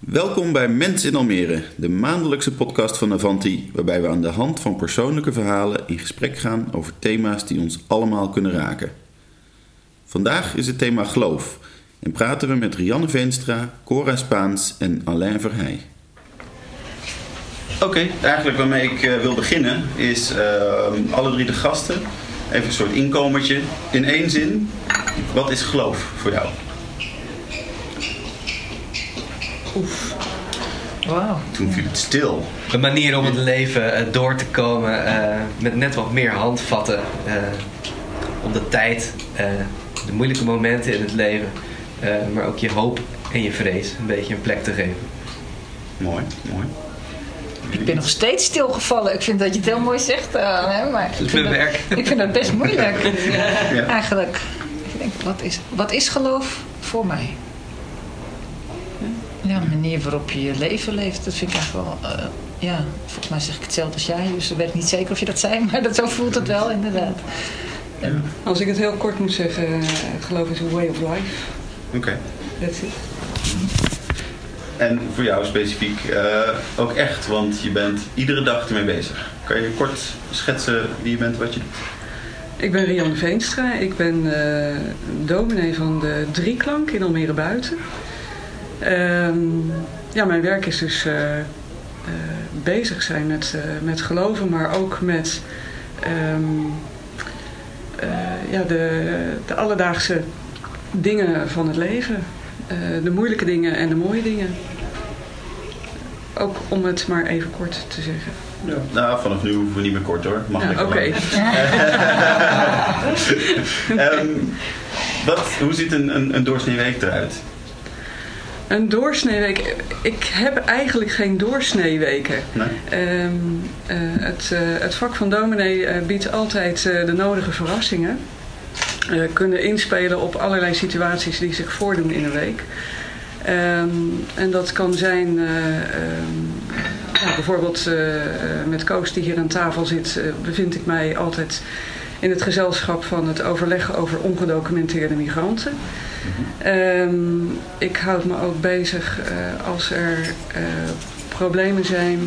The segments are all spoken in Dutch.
Welkom bij Mens in Almere, de maandelijkse podcast van Avanti, waarbij we aan de hand van persoonlijke verhalen in gesprek gaan over thema's die ons allemaal kunnen raken. Vandaag is het thema geloof en praten we met Rianne Veenstra, Cora Spaans en Alain Verheij. Oké, eigenlijk waarmee ik wil beginnen is alle drie de gasten even een soort inkomertje in één zin. Wat is geloof voor jou? Oef. Wauw. Toen viel het stil. Een manier om het leven door te komen met net wat meer handvatten. Om de tijd, de moeilijke momenten in het leven, maar ook je hoop en je vrees een beetje een plek te geven. Mooi, mooi. Ik ben nog steeds stilgevallen. Ik vind dat je het heel mooi zegt, maar Dat is mijn werk. ik vind dat best moeilijk. Ja. Eigenlijk. Ik denk, wat is geloof voor mij? Ja, de manier waarop je je leven leeft, dat vind ik eigenlijk wel... volgens mij zeg ik hetzelfde als jij, dus ik weet niet zeker of je dat zei, maar zo voelt het wel, inderdaad. Ja. Als ik het heel kort moet zeggen, geloof is een way of life. Oké. That's it. En voor jou specifiek ook echt, want je bent iedere dag ermee bezig. Kan je kort schetsen wie je bent, wat je doet? Ik ben Rianne Veenstra. Ik ben dominee van de Drieklank in Almere Buiten. Mijn werk is dus bezig zijn met geloven, maar ook met de alledaagse dingen van het leven. De moeilijke dingen en de mooie dingen. Ook om het maar even kort te zeggen. Ja. Nou, vanaf nu hoeven we niet meer kort hoor. Mag Ja, oké. Hoe ziet een doorsnee week eruit? Een doorsneeweek. Ik heb eigenlijk geen doorsneeweken. Nee? Het vak van dominee biedt altijd de nodige verrassingen. Kunnen inspelen op allerlei situaties die zich voordoen in een week. En dat kan zijn bijvoorbeeld met Koos die hier aan tafel zit, bevind ik mij altijd in het gezelschap van het overleggen over ongedocumenteerde migranten. Ik houd me ook bezig als er problemen zijn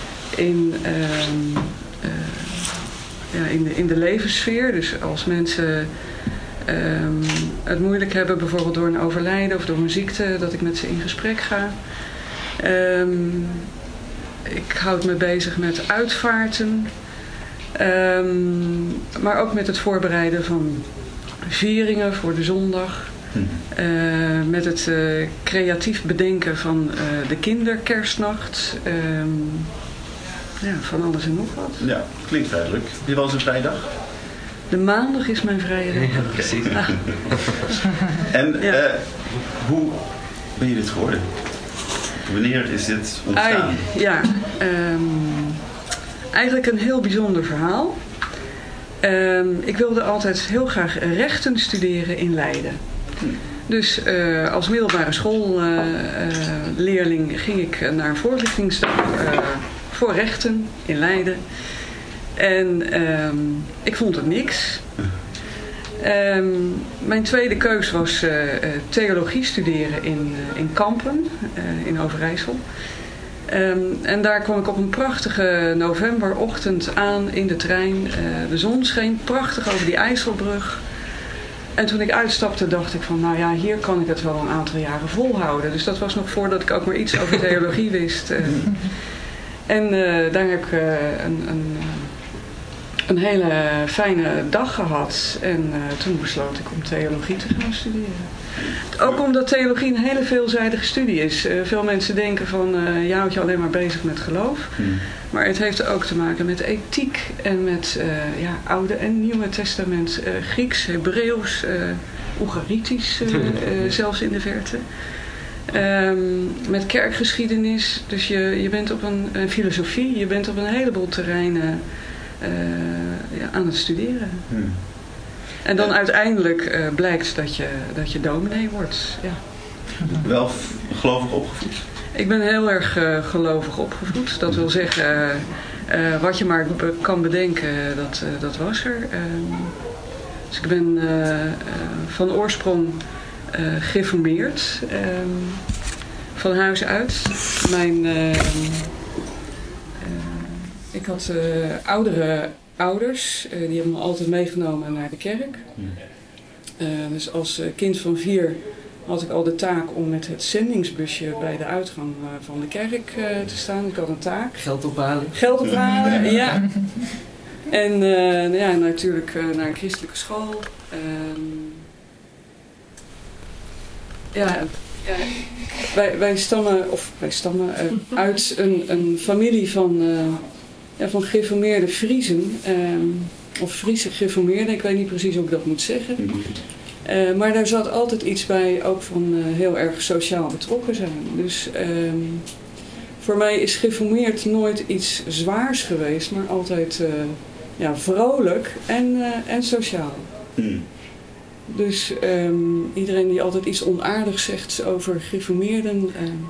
in de levenssfeer. Dus als mensen het moeilijk hebben, bijvoorbeeld door een overlijden of door een ziekte, dat ik met ze in gesprek ga. Ik houd me bezig met uitvaarten. Maar ook met het voorbereiden van vieringen voor de zondag. Met het creatief bedenken van de kinderkerstnacht. Van alles en nog wat. Ja, klinkt duidelijk. Heb je wel eens een vrije dag? De maandag is mijn vrije dag. Ja, precies. Ah. En hoe ben je dit geworden? Wanneer is dit ontstaan? Eigenlijk een heel bijzonder verhaal. Ik wilde altijd heel graag rechten studeren in Leiden. Dus als middelbare schoolleerling ging ik naar een voorlichtingsdag voor rechten in Leiden. En ik vond het niks. Mijn tweede keus was theologie studeren in Kampen, in Overijssel. En daar kwam ik op een prachtige novemberochtend aan in de trein. De zon scheen prachtig over die IJsselbrug. En toen ik uitstapte dacht ik van, nou ja, hier kan ik het wel een aantal jaren volhouden. Dus dat was nog voordat ik ook maar iets over theologie wist. En daar heb ik een hele fijne dag gehad. En toen besloot ik om theologie te gaan studeren. Ook omdat theologie een hele veelzijdige studie is. Veel mensen denken van, je houdt je alleen maar bezig met geloof. Maar het heeft ook te maken met ethiek en met Oude en Nieuwe Testament. Grieks, Hebreeuws, Oegaritisch zelfs in de verte. Met kerkgeschiedenis. Dus je bent op een filosofie. Je bent op een heleboel terreinen aan het studeren. En dan uiteindelijk blijkt dat je dominee wordt. Ja. Wel gelovig opgevoed? Ik ben heel erg gelovig opgevoed. Dat wil zeggen, wat je maar kan bedenken, dat was er. Dus ik ben van oorsprong geformeerd. van huis uit. Ik had oudere ouders, die hebben me altijd meegenomen naar de kerk. Dus als kind van 4 had ik al de taak om met het zendingsbusje bij de uitgang van de kerk te staan. Ik had een taak. Geld ophalen. Geld ophalen, ja. En natuurlijk naar een christelijke school. Wij stammen uit een familie van gereformeerde Friezen. Of Friese gereformeerden, ik weet niet precies hoe ik dat moet zeggen. Maar daar zat altijd iets bij, ook van heel erg sociaal betrokken zijn. Dus voor mij is gereformeerd nooit iets zwaars geweest, maar altijd vrolijk en sociaal. Dus iedereen die altijd iets onaardigs zegt over gereformeerden...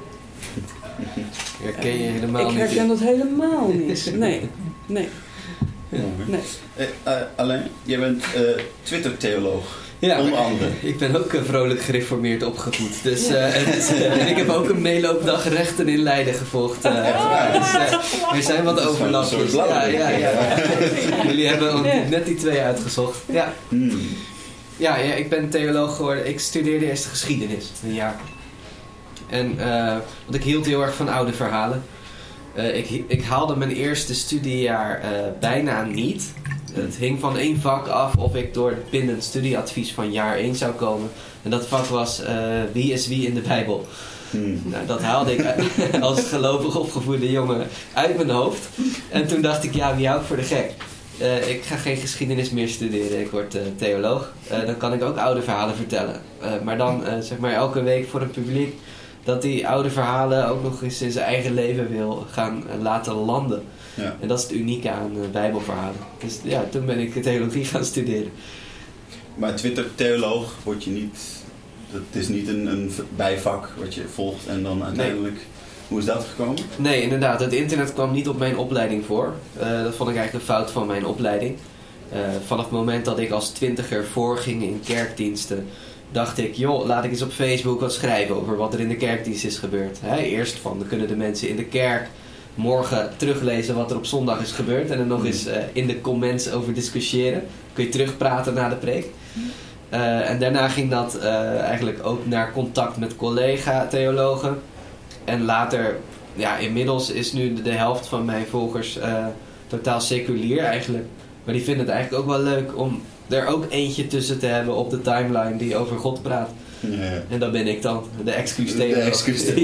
herken je helemaal niet? Ik herken dat helemaal niet. Nee. Ja. Nee. Alain, jij bent Twitter-theoloog. Ja, onder andere. Ik ben ook vrolijk gereformeerd opgevoed. Dus, en ik heb ook een meeloopdag rechten in Leiden gevolgd. Er zijn wat overlappingen. Ja. Jullie hebben net die 2 uitgezocht. Ja. Ja, ik ben theoloog geworden. Ik studeerde eerst geschiedenis, een jaar. En want ik hield heel erg van oude verhalen. Ik haalde mijn eerste studiejaar bijna niet. Het hing van 1 vak af of ik door het bindend studieadvies van jaar 1 zou komen. En dat vak was wie is wie in de Bijbel. Nou, dat haalde ik als gelovig opgevoede jongen uit mijn hoofd. En toen dacht ik, wie hou ik voor de gek? Ik ga geen geschiedenis meer studeren, ik word theoloog. Dan kan ik ook oude verhalen vertellen. Maar dan elke week voor een publiek dat die oude verhalen ook nog eens in zijn eigen leven wil gaan laten landen. Ja. En dat is het unieke aan Bijbelverhalen. Dus toen ben ik theologie gaan studeren. Maar Twitter-theoloog word je niet... Dat is niet een bijvak wat je volgt en dan uiteindelijk... Nee. Hoe is dat gekomen? Nee, inderdaad. Het internet kwam niet op mijn opleiding voor. Dat vond ik eigenlijk een fout van mijn opleiding. Vanaf het moment dat ik als 20er voorging in kerkdiensten... dacht ik, laat ik eens op Facebook wat schrijven over wat er in de kerkdienst is gebeurd. Eerst dan kunnen de mensen in de kerk morgen teruglezen wat er op zondag is gebeurd. En er nog eens in de comments over discussiëren. Kun je terugpraten na de preek. En daarna ging dat eigenlijk ook naar contact met collega-theologen. En later, inmiddels is nu de helft van mijn volgers totaal seculier eigenlijk. Maar die vinden het eigenlijk ook wel leuk om er ook eentje tussen te hebben op de timeline die over God praat. Ja. En dat ben ik dan, de excuus-theoloog.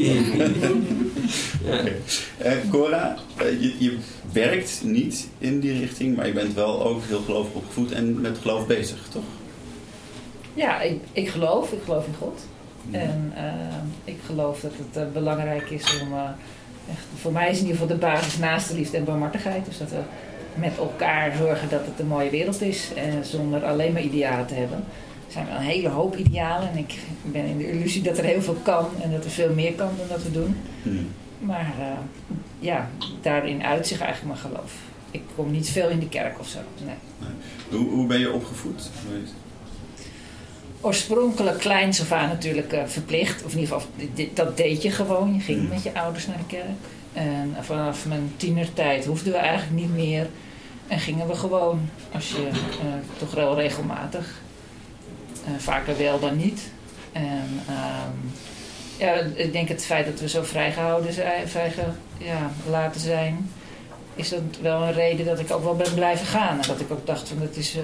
Cora, je werkt niet in die richting, maar je bent wel ook heel gelovig opgevoed en met geloof bezig, toch? Ja, ik geloof in God. En ik geloof dat het belangrijk is om... voor mij is in ieder geval de basis naastenliefde en barmhartigheid. Dus dat we met elkaar zorgen dat het een mooie wereld is. Zonder alleen maar idealen te hebben. Er zijn wel een hele hoop idealen. En ik ben in de illusie dat er heel veel kan. En dat er veel meer kan dan dat we doen. Maar daarin uitzicht eigenlijk mijn geloof. Ik kom niet veel in de kerk of zo. Nee. Hoe ben je opgevoed? Oorspronkelijk kleins af aan natuurlijk verplicht. Of in ieder geval, dat deed je gewoon. Je ging met je ouders naar de kerk. En vanaf mijn tienertijd hoefden we eigenlijk niet meer. En gingen we gewoon, als je toch wel regelmatig. Vaker wel dan niet. En ik denk het feit dat we zo vrijgehouden zijn, laten zijn. Is dat wel een reden dat ik ook wel ben blijven gaan. En dat ik ook dacht van dat is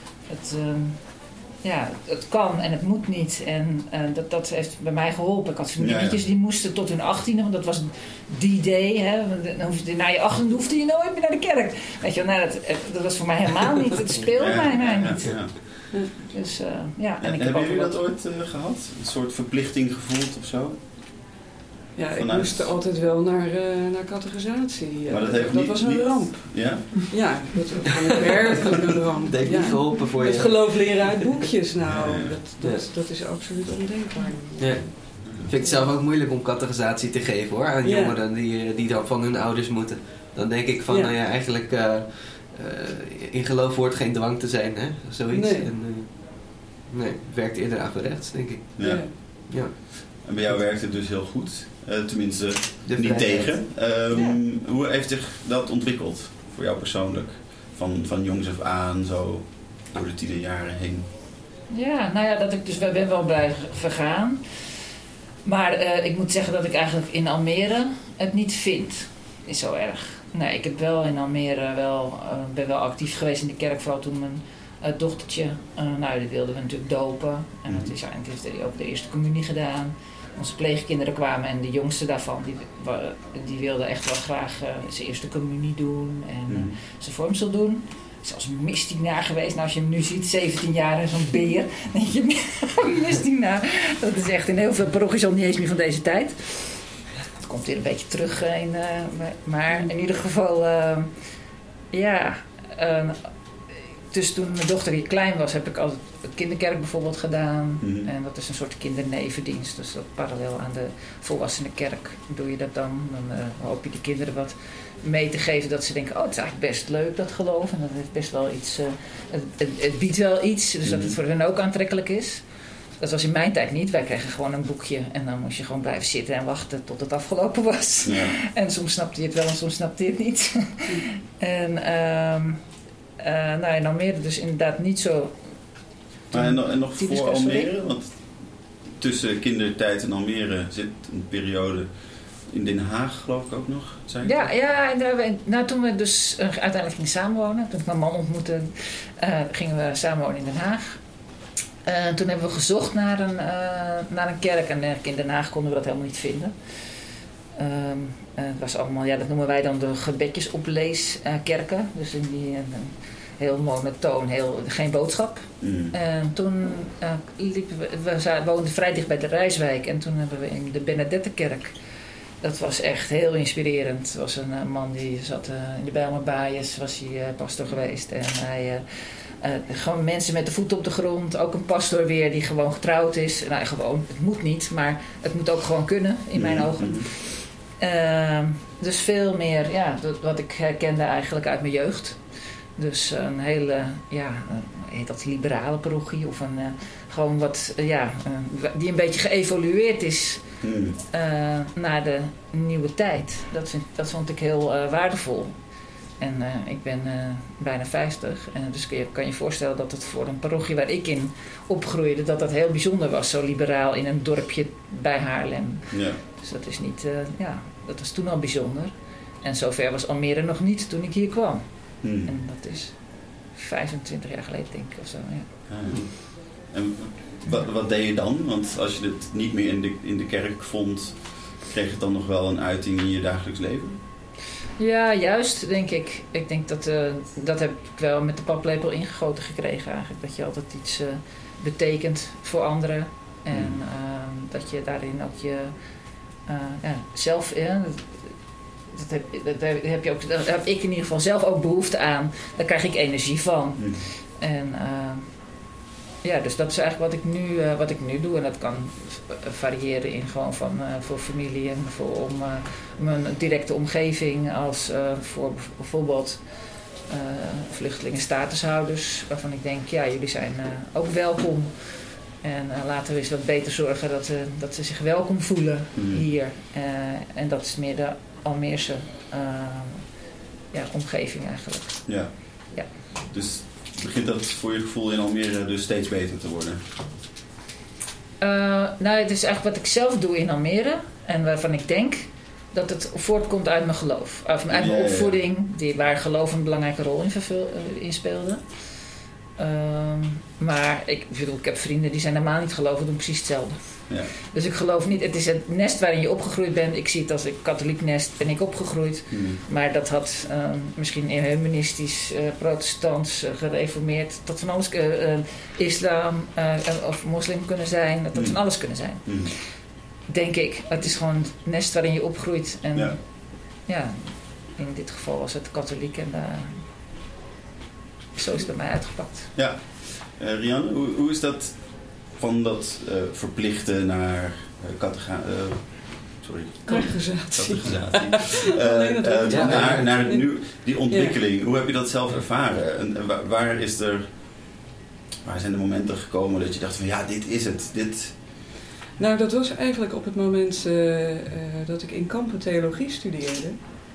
het kan en het moet niet. En dat heeft bij mij geholpen. Ik had vriendinnetjes die moesten tot hun 18e, want dat was die day. Hè? Na je 18e hoefde je nooit meer naar de kerk. Weet je, dat was voor mij helemaal niet. Het speelde mij niet. Ja. Dus, en hebben jullie dat ooit gehad? Een soort verplichting gevoeld of zo? Ja, ik moest altijd wel naar categorisatie. Maar dat was een ramp. Ja? Ja, dat was werkelijk een ramp. Dat heeft niet geholpen voor je. Het geloof leren uit boekjes, dat is absoluut ondenkbaar. Ja. Ik vind het zelf ook moeilijk om categorisatie te geven hoor, aan jongeren die dan van hun ouders moeten. Dan denk ik van, eigenlijk in geloof hoort geen dwang te zijn, hè? Zoiets. Nee. Nee, het werkt eerder averechts, denk ik. Ja. En bij jou werkt het dus heel goed. Tenminste, De niet vrijheid. tegen. Hoe heeft zich dat ontwikkeld voor jou persoonlijk? Van jongs af aan, zo door de tienerjaren heen. Ja, nou ja, ben wel blij vergaan. Maar ik moet zeggen dat ik eigenlijk in Almere het niet vind. Is zo erg. Nee, ik heb wel in Almere ben wel actief geweest in de kerk. Vooral toen mijn dochtertje, die wilden we natuurlijk dopen. En dat is heeft ook de eerste communie gedaan. Onze pleegkinderen kwamen en de jongste daarvan, die wilde echt wel graag zijn eerste communie doen en zijn vormsel doen. Zelfs misdienaar geweest. Nou, als je hem nu ziet, 17 jaar en zo'n beer. Dan denk je, misdienaar. Dat is echt in heel veel parochies al niet eens meer van deze tijd. Dat komt weer een beetje terug. Maar in ieder geval, dus toen mijn dochter hier klein was, heb ik altijd de kinderkerk bijvoorbeeld gedaan. En dat is een soort kindernevendienst. Dus dat parallel aan de volwassenenkerk doe je dat dan. Dan hoop je de kinderen wat mee te geven dat ze denken, het is eigenlijk best leuk dat geloof. En dat heeft best wel iets, het biedt wel iets. Dus dat het voor hen ook aantrekkelijk is. Dat was in mijn tijd niet. Wij kregen gewoon een boekje en dan moest je gewoon blijven zitten en wachten tot het afgelopen was. Ja. En soms snapte je het wel en soms snapte je het niet. En in Almere dus inderdaad niet zo. En nog voor Almere, want tussen kindertijd en Almere zit een periode in Den Haag, geloof ik ook nog. Toen we dus uiteindelijk gingen samenwonen, toen ik mijn man ontmoette, gingen we samenwonen in Den Haag. Toen hebben we gezocht naar een kerk en in Den Haag konden we dat helemaal niet vinden. Het was allemaal, dat noemen wij dan de gebedjesopleeskerken. Dus in die heel mooi met toon, geen boodschap. En toen we woonden vrij dicht bij de Rijswijk en toen hebben we in de Benedettenkerk. Dat was echt heel inspirerend. Het was een man die zat in de Bijlmerbaaiers, was hij pastor geweest en hij gewoon mensen met de voet op de grond. Ook een pastor weer die gewoon getrouwd is. Nou, gewoon, het moet niet, maar het moet ook gewoon kunnen in mijn ogen. Dus veel meer, wat ik herkende eigenlijk uit mijn jeugd. Dus een hele, heet dat liberale parochie of gewoon wat, die een beetje geëvolueerd is naar de nieuwe tijd. Dat vond ik heel waardevol. En ik ben bijna 50. En dus kan je voorstellen dat het voor een parochie waar ik in opgroeide, dat heel bijzonder was. Zo liberaal in een dorpje bij Haarlem. Ja. Dus dat is niet, dat was toen al bijzonder. En zover was Almere nog niet toen ik hier kwam. En dat is 25 jaar geleden, denk ik, of zo. Ja. En wat deed je dan? Want als je het niet meer in de kerk vond, kreeg het dan nog wel een uiting in je dagelijks leven? Ja, juist, denk ik. Ik denk dat heb ik wel met de paplepel ingegoten gekregen eigenlijk. Dat je altijd iets betekent voor anderen. En dat je daarin ook je zelf... daar heb ik in ieder geval zelf ook behoefte aan. Daar krijg ik energie van. En dus dat is eigenlijk wat ik nu doe. En dat kan variëren in gewoon voor familie en om mijn directe omgeving. Als voor bijvoorbeeld vluchtelingen statushouders. Waarvan ik denk, jullie zijn ook welkom. En laten we eens wat beter zorgen dat ze zich welkom voelen hier. En dat is meer de Almeerse omgeving eigenlijk. Ja. Dus begint dat voor je gevoel in Almere dus steeds beter te worden? Het is eigenlijk wat ik zelf doe in Almere. En waarvan ik denk dat het voortkomt uit mijn geloof. Uit mijn opvoeding, waar geloof een belangrijke rol in speelde. Maar ik heb vrienden die zijn helemaal niet geloven, doen precies hetzelfde. Ja. Dus ik geloof niet, het is het nest waarin je opgegroeid bent. Ik zie het als een katholiek nest, ben ik opgegroeid. Maar dat had misschien humanistisch, protestants, gereformeerd, dat van alles, islam of moslim kunnen zijn. Dat van alles kunnen zijn. Denk ik. Het is gewoon het nest waarin je opgroeit. En in dit geval was het katholiek en zo is het bij mij uitgepakt. Ja. Rianne, hoe is dat van dat verplichten naar categorisatie. Naar die ontwikkeling. Hoe heb je dat zelf ervaren? En waar zijn de momenten gekomen dat je dacht van dit is het. Nou, dat was eigenlijk op het moment dat ik in Kampen theologie studeerde.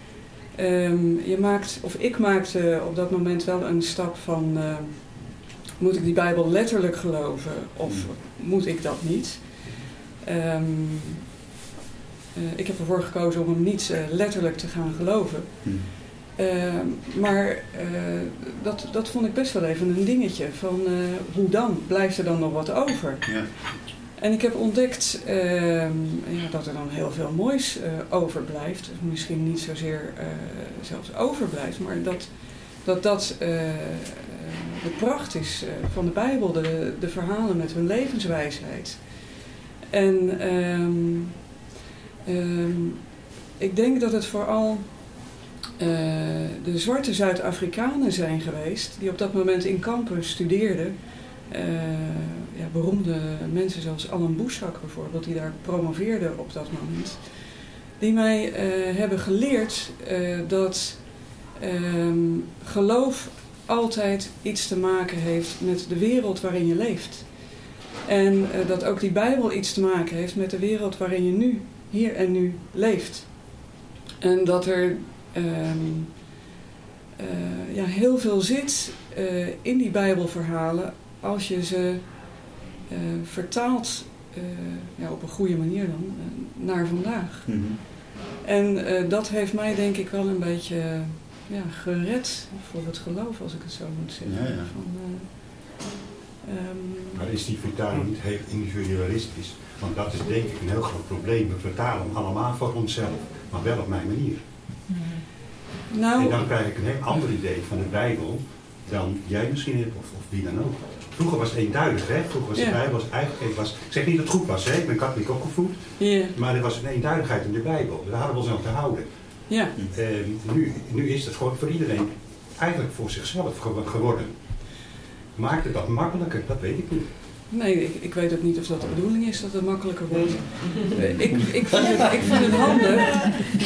Ik maakte op dat moment wel een stap van... moet ik die Bijbel letterlijk geloven of moet ik dat niet? Ik heb ervoor gekozen om hem niet letterlijk te gaan geloven. Maar dat vond ik best wel even een dingetje. Van hoe dan? Blijft er dan nog wat over? Ja. En ik heb ontdekt dat er dan heel veel moois overblijft. Misschien niet zozeer zelfs overblijft, maar dat de pracht is van de Bijbel. De verhalen met hun levenswijsheid. En ik denk dat het vooral de zwarte Zuid-Afrikanen zijn geweest die op dat moment in Kampen studeerden. Beroemde mensen zoals Alan Boesak bijvoorbeeld, die daar promoveerde op dat moment. Die mij hebben geleerd dat geloof altijd iets te maken heeft met de wereld waarin je leeft. En dat ook die Bijbel iets te maken heeft met de wereld waarin je nu, hier en nu leeft. En dat er heel veel zit in die Bijbelverhalen als je ze vertaalt op een goede manier dan naar vandaag. Mm-hmm. En dat heeft mij denk ik wel een beetje gered voor het geloof, als ik het zo moet zeggen. Ja. Maar is die vertaling niet heel individualistisch? Want dat is denk ik een heel groot probleem. We vertalen hem allemaal voor onszelf, maar wel op mijn manier. Nou, en dan krijg ik een heel ander idee van de Bijbel dan jij misschien hebt of wie dan ook. Vroeger was het eenduidig, hè? Vroeger was de Bijbel eigenlijk... Ik zeg niet dat het goed was, hè? Ik ben katholiek opgevoed. Yeah. Maar er was een eenduidigheid in de Bijbel. Daar hadden we ons aan te houden. Yeah. Nu is het gewoon voor iedereen eigenlijk voor zichzelf geworden. Maakt het dat makkelijker? Dat weet ik niet. Nee, ik weet ook niet of dat de bedoeling is dat het makkelijker wordt. Ik vind het handig.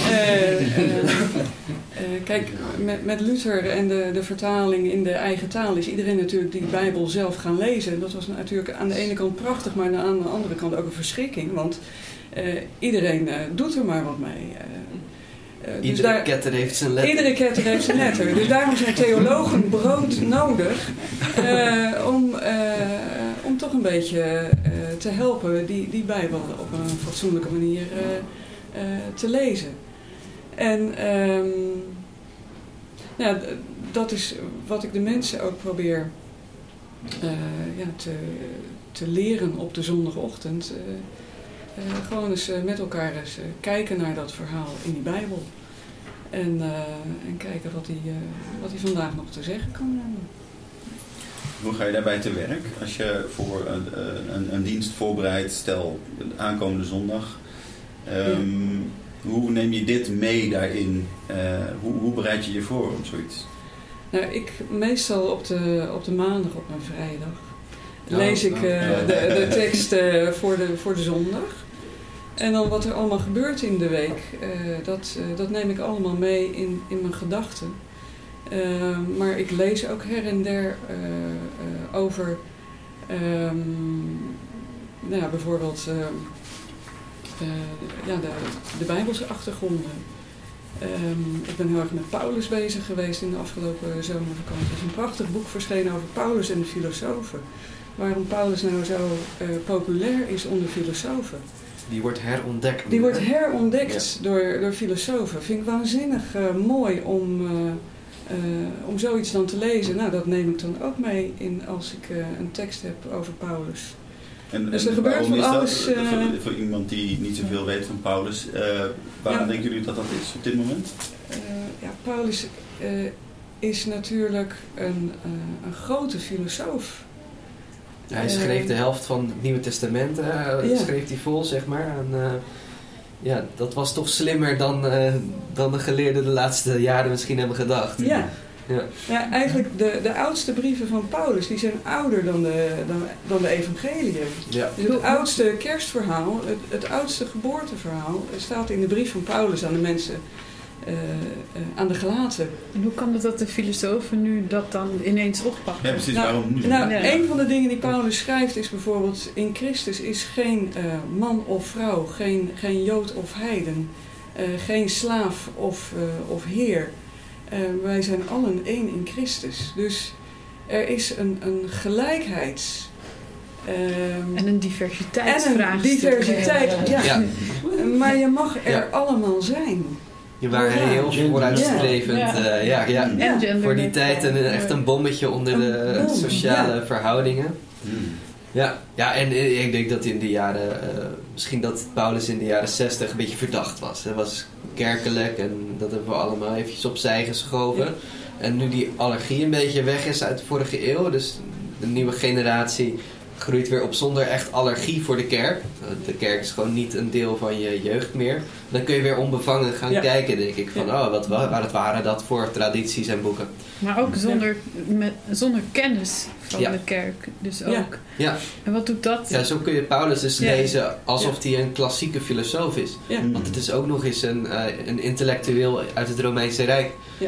Kijk, met Luther en de vertaling in de eigen taal is iedereen natuurlijk die Bijbel zelf gaan lezen. Dat was natuurlijk aan de ene kant prachtig, maar aan de andere kant ook een verschrikking. Want iedereen doet er maar wat mee. Iedere ketter heeft zijn letter. Iedere ketter heeft zijn letter. Dus daarom zijn theologen brood nodig om toch een beetje te helpen die Bijbel op een fatsoenlijke manier te lezen. En dat is wat ik de mensen ook probeer te leren op de zondagochtend. Gewoon eens met elkaar eens kijken naar dat verhaal in die Bijbel. En kijken wat hij vandaag nog te zeggen kan hebben. Hoe ga je daarbij te werk? Als je voor een dienst voorbereidt, stel aankomende zondag. Hoe neem je dit mee daarin? Hoe bereid je je voor op zoiets? Nou, ik meestal op de maandag op mijn vrijdag lees ik de tekst voor de zondag. En dan wat er allemaal gebeurt in de week, dat neem ik allemaal mee in mijn gedachten. Maar ik lees ook her en der over bijvoorbeeld de Bijbelse achtergronden. Ik ben heel erg met Paulus bezig geweest in de afgelopen zomervakantie. Er is een prachtig boek verschenen over Paulus en de filosofen. Waarom Paulus nou zo populair is onder filosofen. Die wordt herontdekt. Die wordt herontdekt door filosofen. Vind ik waanzinnig mooi om zoiets dan te lezen. Nou, dat neem ik dan ook mee als ik een tekst heb over Paulus. Dus er gebeurt van alles. Voor iemand die niet zoveel weet van Paulus, waarom denken jullie dat is op dit moment? Paulus is natuurlijk een grote filosoof. Hij schreef de helft van het Nieuwe Testament, schreef hij vol, zeg maar. En, dat was toch slimmer dan de geleerden de laatste jaren misschien hebben gedacht. Ja, eigenlijk de oudste brieven van Paulus, die zijn ouder dan de evangeliën. Ja. Dus het oudste kerstverhaal, het oudste geboorteverhaal, staat in de brief van Paulus aan de mensen aan de gelaten. En hoe kan het dat de filosofen nu dat dan ineens oppakken? Ja, precies. Waarom nu? Een van de dingen die Paulus schrijft is bijvoorbeeld... in Christus is geen man of vrouw, geen Jood of heiden... geen slaaf of heer. Wij zijn allen één in Christus. Dus er is een gelijkheids... en een diversiteitsvraagstuk. Diversiteit, ja. Maar je mag er allemaal zijn. Je waren heel vooruitstrevend. En voor die tijd echt een bommetje onder de sociale verhoudingen. Ja, en ik denk dat in de jaren... misschien dat Paulus in de jaren 60 een beetje verdacht was. Hij was kerkelijk en dat hebben we allemaal eventjes opzij geschoven. Ja. En nu die allergie een beetje weg is uit de vorige eeuw... dus de nieuwe generatie groeit weer op zonder echt allergie voor de kerk. De kerk is gewoon niet een deel van je jeugd meer. Dan kun je weer onbevangen gaan kijken, denk ik. Van, wat waren dat voor tradities en boeken. Maar ook zonder kennis van de kerk. Dus ook. Ja. En wat doet dat? Ja, zo kun je Paulus dus lezen alsof hij een klassieke filosoof is. Ja. Want het is ook nog eens een intellectueel uit het Romeinse Rijk. Ja.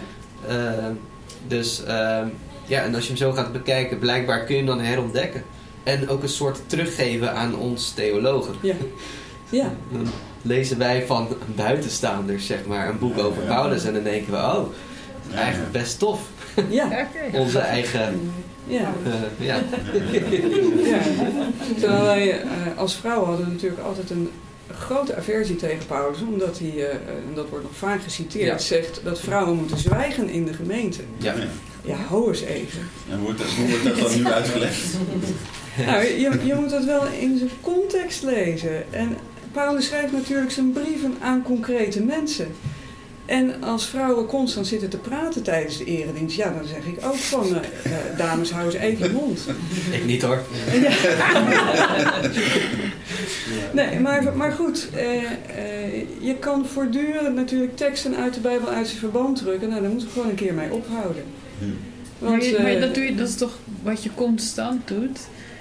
En als je hem zo gaat bekijken, blijkbaar kun je hem dan herontdekken. En ook een soort teruggeven aan ons theologen. Ja. Ja. Dan lezen wij van buitenstaanders, zeg maar, een boek over Paulus. En dan denken we, eigenlijk best tof. Ja. Onze eigen... Terwijl wij als vrouwen hadden natuurlijk altijd een grote aversie tegen Paulus. Omdat hij, en dat wordt nog vaak geciteerd, zegt dat vrouwen moeten zwijgen in de gemeente. Ja, hou eens even. En hoe wordt dat dan nu uitgelegd? Nou, je moet dat wel in zijn context lezen. En Paulus schrijft natuurlijk zijn brieven aan concrete mensen. En als vrouwen constant zitten te praten tijdens de eredienst... dan zeg ik ook van... dames, hou eens even je mond. Ik niet hoor. Nee, maar goed. Je kan voortdurend natuurlijk teksten uit de Bijbel uit zijn verband drukken. Nou, daar moeten we gewoon een keer mee ophouden. Want, maar dat is toch wat je constant doet...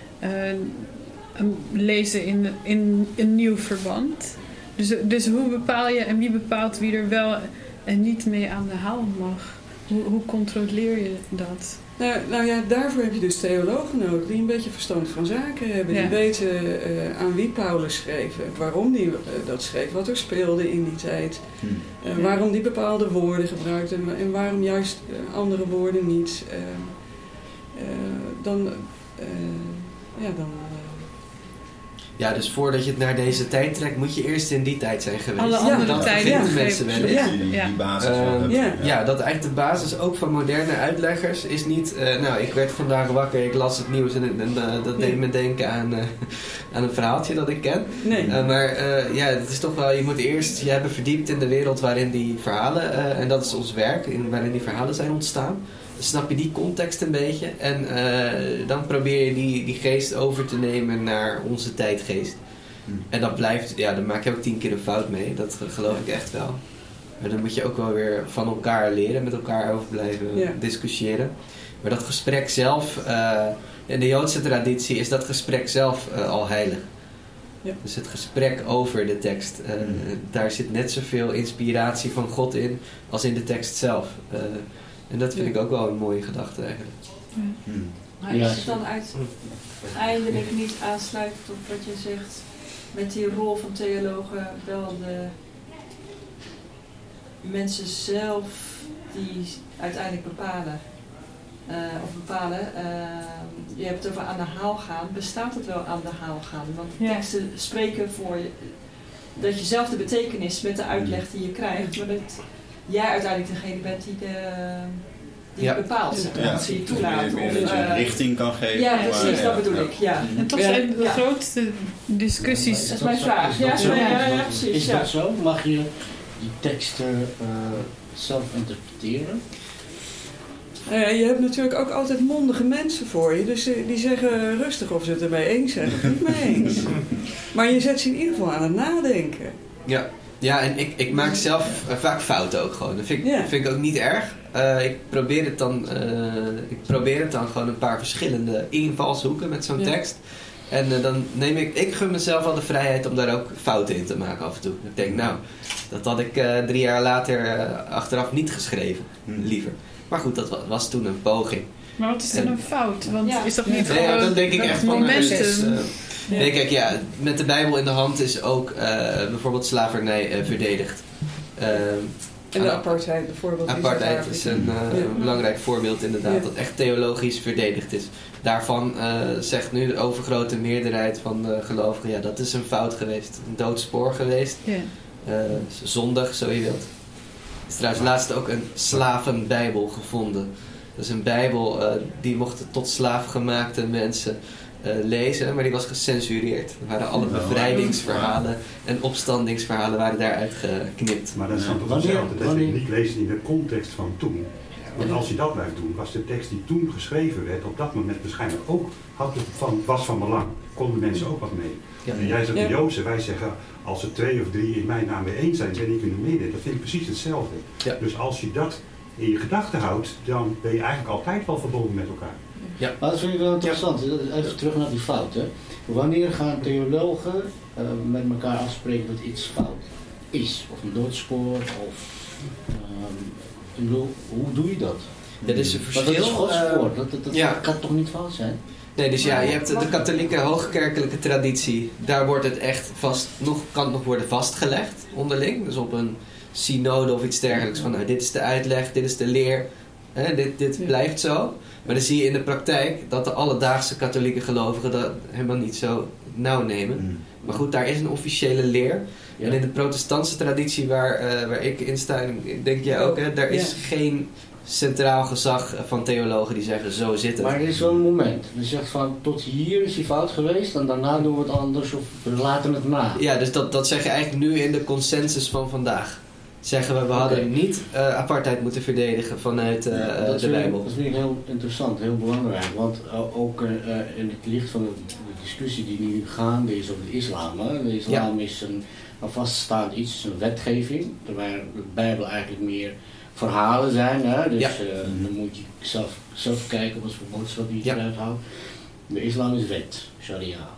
lezen in een nieuw verband. Dus hoe bepaal je en wie bepaalt wie er wel en niet mee aan de haal mag? Hoe controleer je dat? Nou ja, daarvoor heb je dus theologen nodig die een beetje verstand van zaken hebben. Die weten aan wie Paulus schreef, waarom die dat schreef, wat er speelde in die tijd. Waarom die bepaalde woorden gebruikte en waarom juist andere woorden niet. Ja, dus voordat je het naar deze tijd trekt, moet je eerst in die tijd zijn geweest. Alle andere tijden. Mensen wel die basis dat eigenlijk de basis ook van moderne uitleggers is niet... ik werd vandaag wakker, ik las het nieuws en dat deed me denken aan een verhaaltje dat ik ken. Nee. Het is toch wel, je moet eerst je hebben verdiept in de wereld waarin die verhalen, en dat is ons werk, waarin die verhalen zijn ontstaan. Snap je die context een beetje en dan probeer je die geest over te nemen naar onze tijdgeest. En dat blijft, daar maak je ook 10 keer een fout mee, dat geloof ik echt wel. Maar dan moet je ook wel weer van elkaar leren, met elkaar over blijven discussiëren. Maar dat gesprek zelf, in de Joodse traditie is dat gesprek zelf al heilig. Ja. Dus het gesprek over de tekst, daar zit net zoveel inspiratie van God in als in de tekst zelf. En dat vind ik ook wel een mooie gedachte eigenlijk. Maar is het dan uiteindelijk niet aansluitend op wat je zegt, met die rol van theologen wel de mensen zelf die uiteindelijk bepalen? Je hebt het over aan de haal gaan. Bestaat het wel aan de haal gaan? Want teksten spreken voor je, dat je zelf de betekenis met de uitleg die je krijgt, maar dat jij uiteindelijk degene bent die bepaalt, als je je toelaat. Dat je een richting kan geven. Ja, precies, dat bedoel ik. Ja. En toch zijn de grootste discussies... Dat is mijn vraag. Ja, precies. Is dat zo? Mag je die teksten zelf interpreteren? Je hebt natuurlijk ook altijd mondige mensen voor je. Dus die zeggen rustig of ze het ermee eens zijn of niet mee eens. Maar je zet ze in ieder geval aan het nadenken. Ja, en ik maak zelf vaak fouten ook gewoon. Dat vind ik ook niet erg. Ik probeer het dan gewoon een paar verschillende invalshoeken met zo'n tekst. En dan neem ik gun mezelf wel de vrijheid om daar ook fouten in te maken af en toe. Ik denk, nou, dat had ik 3 jaar later achteraf niet geschreven, liever. Maar goed, dat was toen een poging. Maar wat is dan een fout? Want is dat niet gewoon... Ja, dan denk ik echt van... momentum. Nee, kijk, met de Bijbel in de hand is ook bijvoorbeeld slavernij verdedigd. En de apartheid bijvoorbeeld. Apartheid is een belangrijk voorbeeld inderdaad, dat echt theologisch verdedigd is. Daarvan zegt nu de overgrote meerderheid van de gelovigen, ja, dat is een fout geweest, een doodspoor geweest, zondig, zo je wilt. Er is trouwens laatst ook een slavenbijbel gevonden. Dat is een bijbel die mochten tot slaafgemaakte mensen lezen, maar die was gecensureerd. Er waren alle bevrijdingsverhalen en opstandingsverhalen waren daaruit geknipt. Maar dat is dan toch hetzelfde, dat je niet leest in de context van toen. Want als je dat blijft doen, was de tekst die toen geschreven werd op dat moment waarschijnlijk ook was van belang. Konden mensen ook wat mee. Ja. En jij zegt de Joodse, wij zeggen als er 2 of 3 in mijn naam bijeen zijn, ben ik in het midden. Dat vind ik precies hetzelfde. Ja. Dus als je dat in je gedachten houdt, dan ben je eigenlijk altijd wel verbonden met elkaar. Ja. Maar dat vind ik wel interessant. Even terug naar die fouten. Wanneer gaan theologen met elkaar afspreken dat iets fout is? Of een doodspoor, of... hoe doe je dat? Dat is een verschil. Dat is Gods woord. Dat kan toch niet fout zijn? Nee, dus ja, je hebt de katholieke hoogkerkelijke traditie. Daar wordt het echt kan het nog worden vastgelegd onderling. Dus op een synode of iets dergelijks. Van nou, dit is de uitleg, dit is de leer. Dit blijft zo. Maar dan zie je in de praktijk dat de alledaagse katholieke gelovigen dat helemaal niet zo nauw nemen. Maar goed, daar is een officiële leer. Ja. En in de protestantse traditie waar ik in sta, en denk jij ook, daar is geen centraal gezag van theologen die zeggen zo zit het. Maar er is wel een moment. Je zegt van tot hier is hij fout geweest en daarna doen we het anders of we laten het na. Ja, dus dat zeg je eigenlijk nu in de consensus van vandaag. Zeggen we hadden niet apartheid moeten verdedigen vanuit de Bijbel. Dat vind ik heel interessant, heel belangrijk. Want ook in het licht van de discussie die nu gaande is over de islam. Hè? De islam is een vaststaand iets, een wetgeving. Terwijl de Bijbel eigenlijk meer verhalen zijn. Hè? Dus dan moet je zelf kijken wat voor boodschap je eruit houdt. De islam is wet, sharia.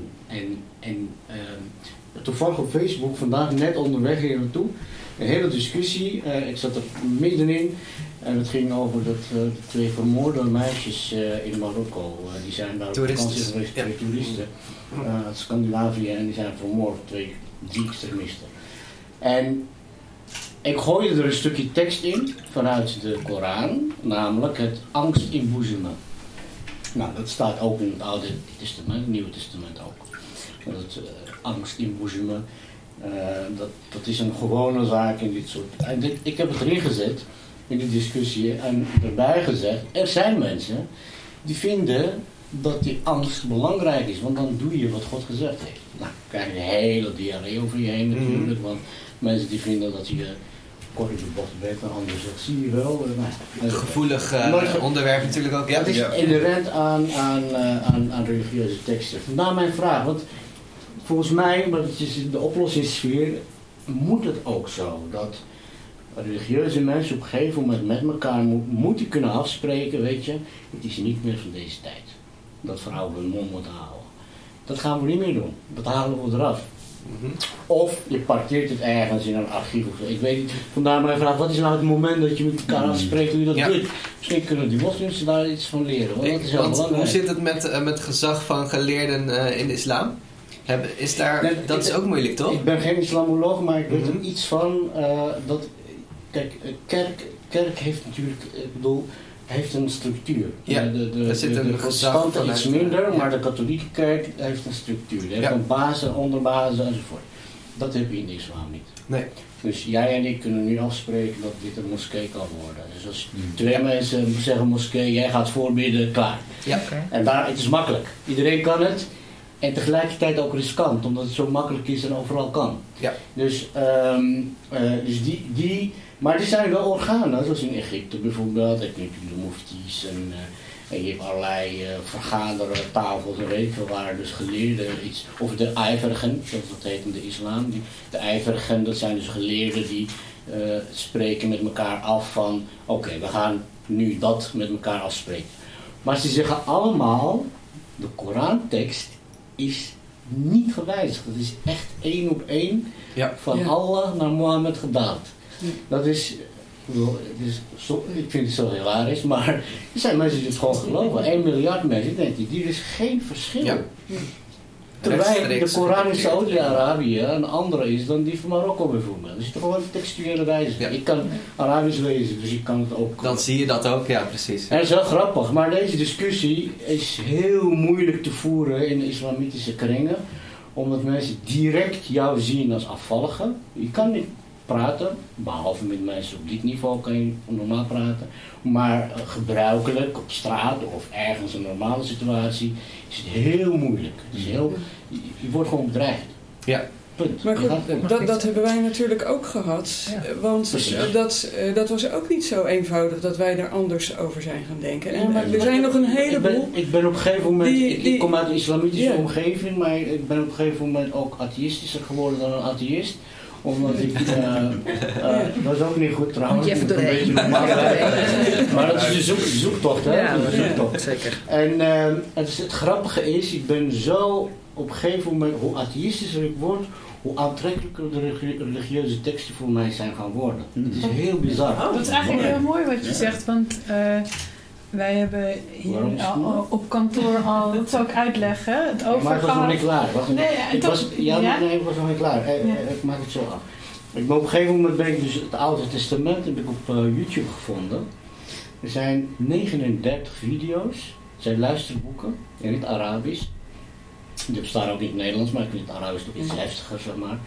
En toevallig op Facebook vandaag net onderweg hier naartoe. Een hele discussie, ik zat er middenin en het ging over dat 2 vermoorde meisjes in Marokko. Die zijn daar op vakantie geweest, 2 toeristen uit Scandinavië en die zijn vermoord, 3 extremisten. En ik gooide er een stukje tekst in vanuit de Koran, namelijk het angst inboezemen. Nou, dat staat ook in het Oude Testament, het Nieuwe Testament ook. Dat angst inboezemen. Dat is een gewone zaak in dit soort... En ik heb het erin gezet in die discussie en erbij gezegd, er zijn mensen die vinden dat die angst belangrijk is, want dan doe je wat God gezegd heeft. Nou, dan krijg je een hele diarree over je heen natuurlijk, want mensen die vinden dat je kort in de bocht bent en anders zegt, zie je wel. Gevoelig onderwerp natuurlijk ook. Ja, het is inherent aan religieuze teksten. Vandaar mijn vraag, want volgens mij, maar het is de oplossingssfeer, moet het ook zo dat religieuze mensen op een gegeven moment met elkaar moeten kunnen afspreken, weet je, het is niet meer van deze tijd. Dat vrouwen hun mond moeten houden. Dat gaan we niet meer doen. Dat halen we eraf. Of je parkeert het ergens in een archief of zo. Ik weet niet. Vandaar mijn vraag, wat is nou het moment dat je met elkaar afspreekt hoe je dat doet? Misschien kunnen die moslims daar iets van leren. Want dat is heel belangrijk. Hoe zit het met gezag van geleerden in de islam? Dat is ook moeilijk, toch? Ik ben geen islamoloog, maar ik weet er iets van. Kijk, kerk heeft natuurlijk, heeft een structuur. Ja, de protestanten iets minder, maar de katholieke kerk heeft een structuur. Die heeft een basis, onderbasis enzovoort. Dat heb je in de islam niet. Nee. Dus jij en ik kunnen nu afspreken dat dit een moskee kan worden. Dus als 2 mensen zeggen moskee, jij gaat voorbidden, klaar. Ja. En het is makkelijk. Iedereen kan het. En tegelijkertijd ook riskant, omdat het zo makkelijk is en overal kan. Ja. Dus maar er zijn wel organen, zoals in Egypte bijvoorbeeld, heb je natuurlijk de mufties en je hebt allerlei vergadertafels en weet ik veel waar dus geleerden iets, of de ijverigen, zoals dat heet in de islam. De ijverigen, dat zijn dus geleerden die spreken met elkaar af van, oké, we gaan nu dat met elkaar afspreken. Maar ze zeggen allemaal, de Korantekst is niet gewijzigd. Dat is echt 1 op 1 van Allah naar Mohammed gedaald. Dat is... ik vind het zo hilarisch, maar er zijn mensen die het gewoon geloven. 1 miljard mensen denken, hier is geen verschil. Ja. Terwijl de Koran in Saudi-Arabië een andere is dan die van Marokko bijvoorbeeld. Dus het is gewoon een textuele wijze. Ja. Ik kan Arabisch lezen, dus ik kan het ook. Dan zie je dat ook, ja precies. En dat is heel grappig, maar deze discussie is heel moeilijk te voeren in de islamitische kringen. Omdat mensen direct jou zien als afvallige. Je kan niet praten, behalve met mensen op dit niveau kan je normaal praten. Maar gebruikelijk op straat of ergens een normale situatie is het heel moeilijk. Het is je wordt gewoon bedreigd. Ja. Punt. Maar goed, dat hebben wij natuurlijk ook gehad. Ja. Want dat was ook niet zo eenvoudig dat wij er anders over zijn gaan denken. En er zijn nog een heleboel... Ik ben op een gegeven moment... Ik kom uit een islamitische omgeving, maar ik ben op een gegeven moment ook atheïstischer geworden dan een atheïst. Omdat ik... dat is ook niet goed trouwens. Moet je even doorheen. Maar dat is de zoektocht, hè? Ja, zeker. En het grappige is, ik ben zo op een gegeven moment, hoe atheïstischer ik word, hoe aantrekkelijker de religieuze teksten voor mij zijn gaan worden. Het is heel bizar. Dat is eigenlijk heel mooi wat je zegt, want wij hebben hier op kantoor al, dat zal ik uitleggen, het over maar ik was nog niet klaar. Ik was nog niet klaar. Ik maak het zo af. Op een gegeven moment ben ik dus het Oude Testament heb ik op YouTube gevonden. Er zijn 39 video's, het zijn luisterboeken in het Arabisch. Die bestaan ook in het Nederlands, maar ik vind het Arabisch toch iets heftiger, zeg maar.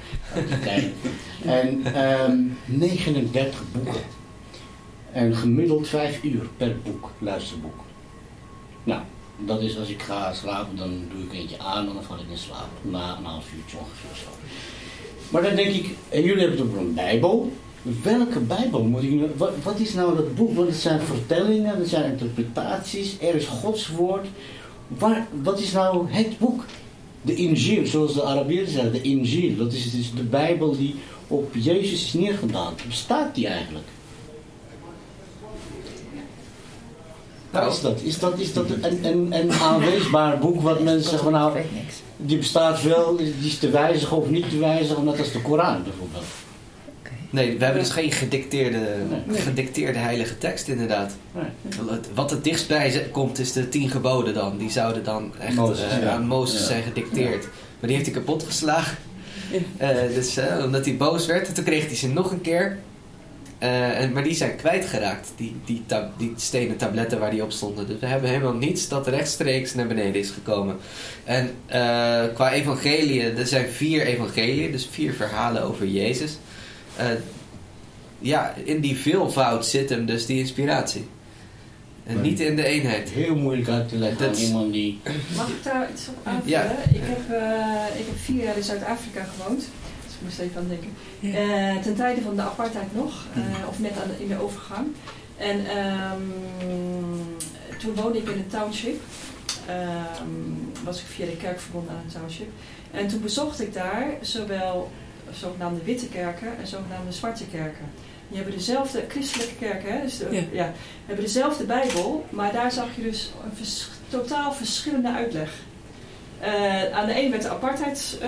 En 39 boeken. En gemiddeld 5 uur per boek, luisterboek. Nou, dat is als ik ga slapen, dan doe ik eentje aan en dan val ik in slaap. Na een half uurtje ongeveer zo. Maar dan denk ik, en jullie hebben het over een Bijbel. Welke Bijbel moet ik nu... Wat is nou dat boek? Want het zijn vertellingen, het zijn interpretaties, er is Gods woord. Wat is nou het boek? De Injil, zoals de Arabieren zeggen, de Injil. Dat is dus de Bijbel die op Jezus is neergedaan. Bestaat die eigenlijk? Wat is dat? Is dat een aanweesbaar boek wat mensen zeggen van nou, die bestaat wel, die is te wijzigen of niet te wijzigen, net als de Koran bijvoorbeeld. Nee, we hebben dus geen gedicteerde heilige tekst inderdaad. Nee. Wat het dichtstbij komt is de 10 geboden dan. Die zouden dan echt aan Mozes zijn gedicteerd. Maar die heeft hij kapot geslagen. Dus omdat hij boos werd, toen kreeg hij ze nog een keer. Maar die zijn kwijtgeraakt, die stenen tabletten waar die op stonden. Dus we hebben helemaal niets dat rechtstreeks naar beneden is gekomen. En qua evangeliën, er zijn 4 evangeliën, dus 4 verhalen over Jezus. In die veelvoud zit hem dus die inspiratie. En niet in de eenheid. Heel moeilijk uit te leggen aan iemand die... Mag ik daar iets op aanvullen? Ja. Ik heb 4 jaar in Zuid-Afrika gewoond. Dus ik moest even aan denken. Ja. Ten tijde van de apartheid nog. Of net in de overgang. En toen woonde ik in een township. Was ik via de kerk verbonden aan een township. En toen bezocht ik daar zowel zogenaamde witte kerken en zogenaamde zwarte kerken. Die hebben dezelfde christelijke kerken, hè? Dus hebben dezelfde Bijbel, maar daar zag je dus een totaal verschillende uitleg. Aan de ene werd de apartheid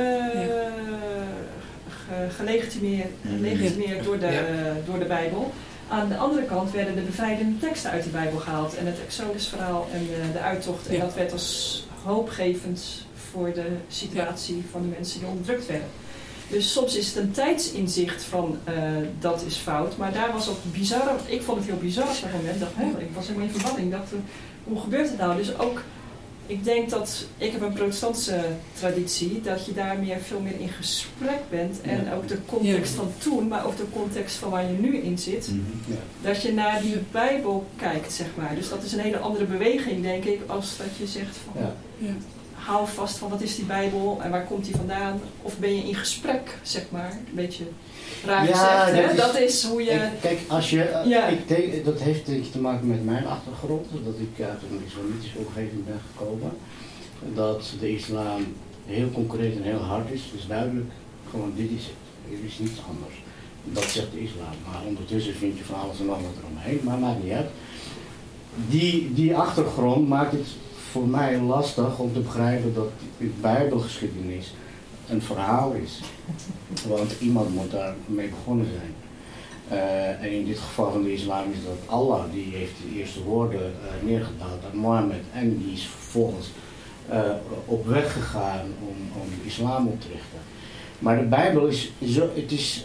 gelegitimeerd door de Bijbel. Aan de andere kant werden de bevrijdende teksten uit de Bijbel gehaald en het Exodus-verhaal en de uittocht. En dat werd als hoopgevend voor de situatie van de mensen die onderdrukt werden. Dus soms is het een tijdsinzicht van dat is fout. Maar daar was ook bizar. Ik vond het heel bizar op dat moment. Ik was helemaal in verwarring. Ik dacht, hoe gebeurt het nou? Dus ook, ik denk dat, ik heb een protestantse traditie, dat je daar veel meer in gesprek bent. En ook de context van toen, maar ook de context van waar je nu in zit. Dat je naar die Bijbel kijkt, zeg maar. Dus dat is een hele andere beweging, denk ik, als dat je zegt van... Hou vast van wat is die Bijbel en waar komt die vandaan? Of ben je in gesprek, zeg maar? Een beetje raar gezegd, hè? Dat is hoe je... Kijk, als je... dat heeft te maken met mijn achtergrond. Dat ik uit een islamitische omgeving ben gekomen. Dat de islam heel concreet en heel hard is. Dus duidelijk, gewoon dit is het. Er is niets anders. Dat zegt de islam. Maar ondertussen vind je van alles en nog wat eromheen. Maar maakt niet uit. Die achtergrond maakt het voor mij lastig om te begrijpen dat de Bijbelgeschiedenis een verhaal is. Want iemand moet daar mee begonnen zijn. En in dit geval van de islam is dat Allah, die heeft de eerste woorden neergedaald aan Mohammed. En die is vervolgens op weg gegaan om de islam op te richten. Maar de Bijbel is zo, het is...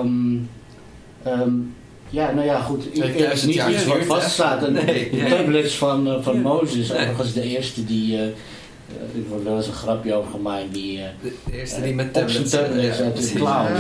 ja, nou ja, goed. Het is niet iets wat vaststaat. De tablets van Mozes, overigens de eerste die... er wordt wel eens een grapje over gemaakt. De eerste die met tablets uit de cloud.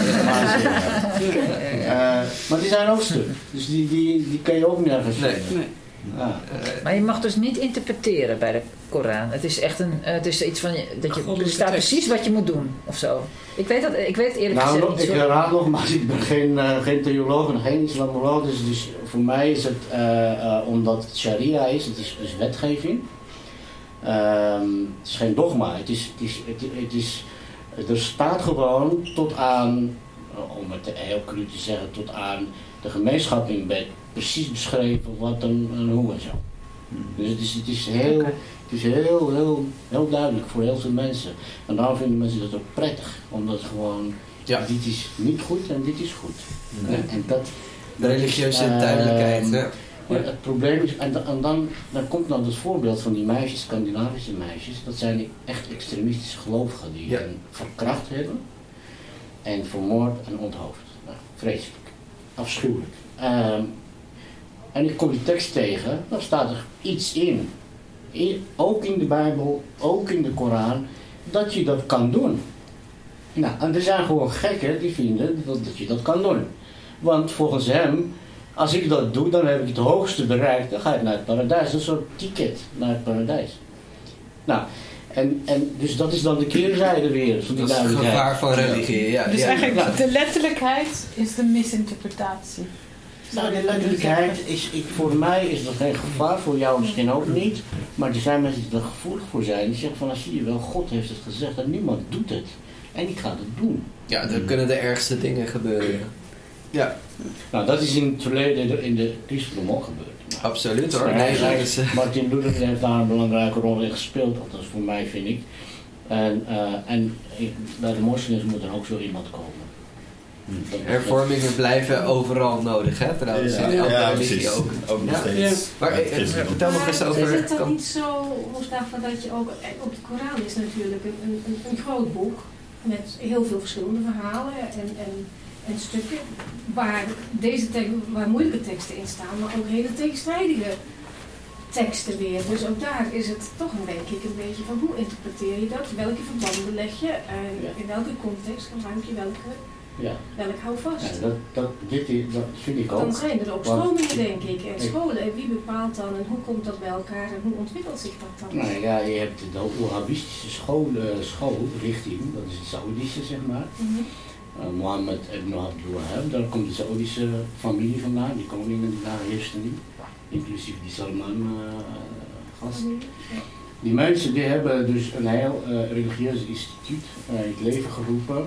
Maar die zijn ook stuk. Dus die kan je ook niet ergens vinden. Nee. Maar je mag dus niet interpreteren bij de Koran. Het is echt het is iets van dat er staat precies wat je moet doen of zo. Ik weet het eerlijk gezegd niet. Ik herhaal nogmaals, ik ben geen theoloog en geen islamoloog, dus voor mij is het omdat het sharia is, het is dus wetgeving. Het is geen dogma. Er staat gewoon tot aan, om het heel cru te zeggen, tot aan de gemeenschappingbed precies beschreven wat en hoe en zo. Dus het is heel duidelijk voor heel veel mensen. En daarom vinden mensen dat ook prettig. Omdat gewoon, dit is niet goed en dit is goed. Nee. En dat, de religieuze duidelijkheid. Maar het probleem is, en dan komt dan het voorbeeld van die meisjes, Scandinavische meisjes. Dat zijn echt extremistische gelovigen die hen verkracht hebben. En vermoord en onthoofd. Nou, vreselijk. Afschuwelijk. En ik kom die tekst tegen, daar staat er iets in. Ook in de Bijbel, ook in de Koran, dat je dat kan doen. Nou, en er zijn gewoon gekken die vinden dat je dat kan doen. Want volgens hem, als ik dat doe, dan heb ik het hoogste bereikt, dan ga ik naar het paradijs. Dat is een soort ticket naar het paradijs. Nou, en dus dat is dan de keerzijde weer van die duidelijkheid. Dat is het gevaar van religie, Dus eigenlijk de letterlijkheid is de misinterpretatie. Nou, de letterlijkheid voor mij is dat geen gevaar, voor jou misschien ook niet. Maar er zijn mensen die er gevoelig voor zijn. Die zeggen van, zie je wel, God heeft het gezegd en niemand doet het. En ik ga het doen. Ja, dan kunnen de ergste dingen gebeuren. Ja. Nou, dat is in het verleden in de christendom ook gebeurd. Nou, absoluut hoor. Martin Luther heeft daar een belangrijke rol in gespeeld, althans voor mij vind ik. En bij de moslims moet er ook zo iemand komen. Hervormingen blijven overal nodig, hè? Trouwens, in elke religie ook. Ook nog steeds. Ja. Maar vertel nog eens over... Is het dan niet zo, Mustafa, dat je ook... Op de Koran is natuurlijk een groot boek met heel veel verschillende verhalen en stukken waar moeilijke teksten in staan, maar ook hele tegenstrijdige teksten weer. Dus ook daar is het toch denk ik een beetje van hoe interpreteer je dat? Welke verbanden leg je? In welke context gebruik je welk houvast? Ja, dat vind ik ook. Dan zijn er ook stromingen denk ik en scholen. En wie bepaalt dan en hoe komt dat bij elkaar en hoe ontwikkelt zich dat dan? Nou ja, je hebt de Wahhabistische schoolrichting, dat is het Saoedische zeg maar. Mm-hmm. Mohammed ibn Abdul Wahhab, daar komt de Saoedische familie vandaan, die koningen die daar heersten, inclusief die Salman-gast. Die mensen die hebben dus een heel religieus instituut in het leven geroepen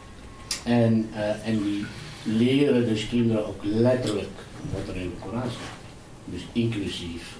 en die leren dus kinderen ook letterlijk wat er in de Koran staat. Dus inclusief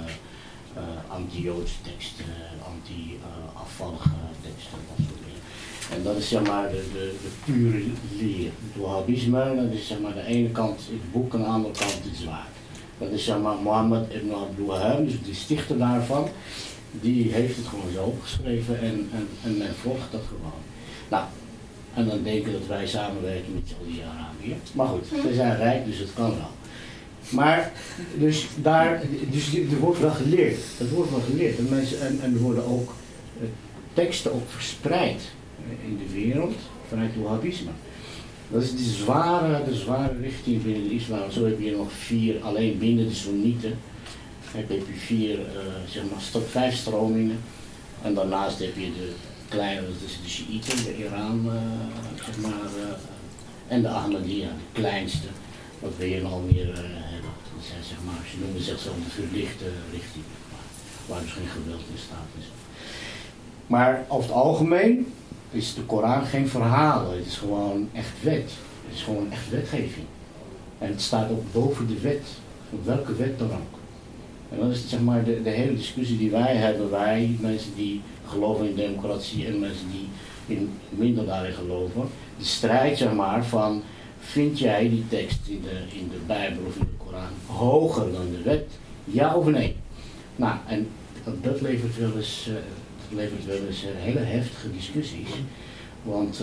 anti-Joodse teksten, anti-afvallige teksten, dat soort dingen. En dat is zeg maar de pure leer. Het Wahhabisme, dat is zeg maar de ene kant het boek en de andere kant het zwaard. Dat is zeg maar Mohammed ibn Abdul Wahhab, dus de stichter daarvan, die heeft het gewoon zo opgeschreven en men volgt dat gewoon. Nou, en dan denken dat wij samenwerken met Saudi-Arabië. Maar goed, ze zijn rijk, dus het kan wel. Maar, dus er wordt wel geleerd. Het wordt wel geleerd. En er worden ook teksten ook verspreid in de wereld vanuit het Wahhabisme. Dat is de zware richting binnen de islam. Zo heb je nog 4, alleen binnen de Soenieten heb je 4, zeg maar 5 stromingen. En daarnaast heb je de kleine, dat is de Shiiten, de Iran, zeg maar, en de Ahmadiyya, de kleinste, wat we hier in Almere hebben. Dat zijn zeg maar, ze noemen zichzelf de verlichte richting, waar dus geen geweld in staat is. Maar over het algemeen is de Koran geen verhalen, het is gewoon echt wet. Het is gewoon echt wetgeving. En het staat ook boven de wet, van welke wet dan ook. En dat is zeg maar de hele discussie die wij hebben, wij mensen die geloven in democratie en mensen die minder daarin geloven. De strijd zeg maar van, vind jij die tekst in de Bijbel of in de Koran hoger dan de wet? Ja of nee? Nou, en dat levert wel eens hele heftige discussies. Want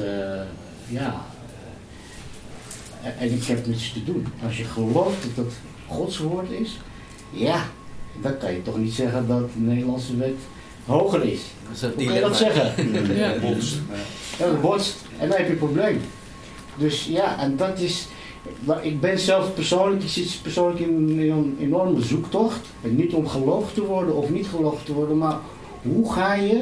en ik heb niets te doen. Als je gelooft dat het Gods woord is, ja, dan kan je toch niet zeggen dat de Nederlandse wet hoger is. Hoe kan je dat zeggen? Ja, dat botst. En dan heb je een probleem. Dus ja, en dat is... Ik ben zelf persoonlijk in een enorme zoektocht. En niet om geloofd te worden of niet geloofd te worden, maar hoe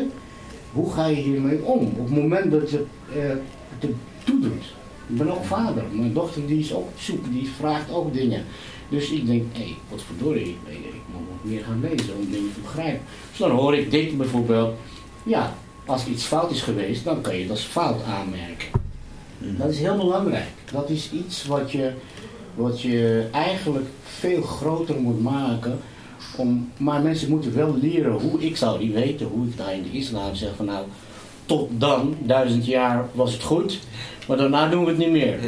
ga je hiermee om? Op het moment dat je het toedoet. Ik ben ook vader. Mijn dochter die is ook op zoek, die vraagt ook dingen. Dus ik denk, wat verdorie, ik moet wat meer gaan lezen om dingen te begrijpen. Dus dan hoor ik dit bijvoorbeeld, ja, als iets fout is geweest, dan kan je dat als fout aanmerken. Dat is heel belangrijk. Dat is iets wat je eigenlijk veel groter moet maken. Maar mensen moeten wel leren ik zou niet weten hoe ik daar in de islam zeg van nou, tot dan, 1000 jaar was het goed, maar daarna doen we het niet meer.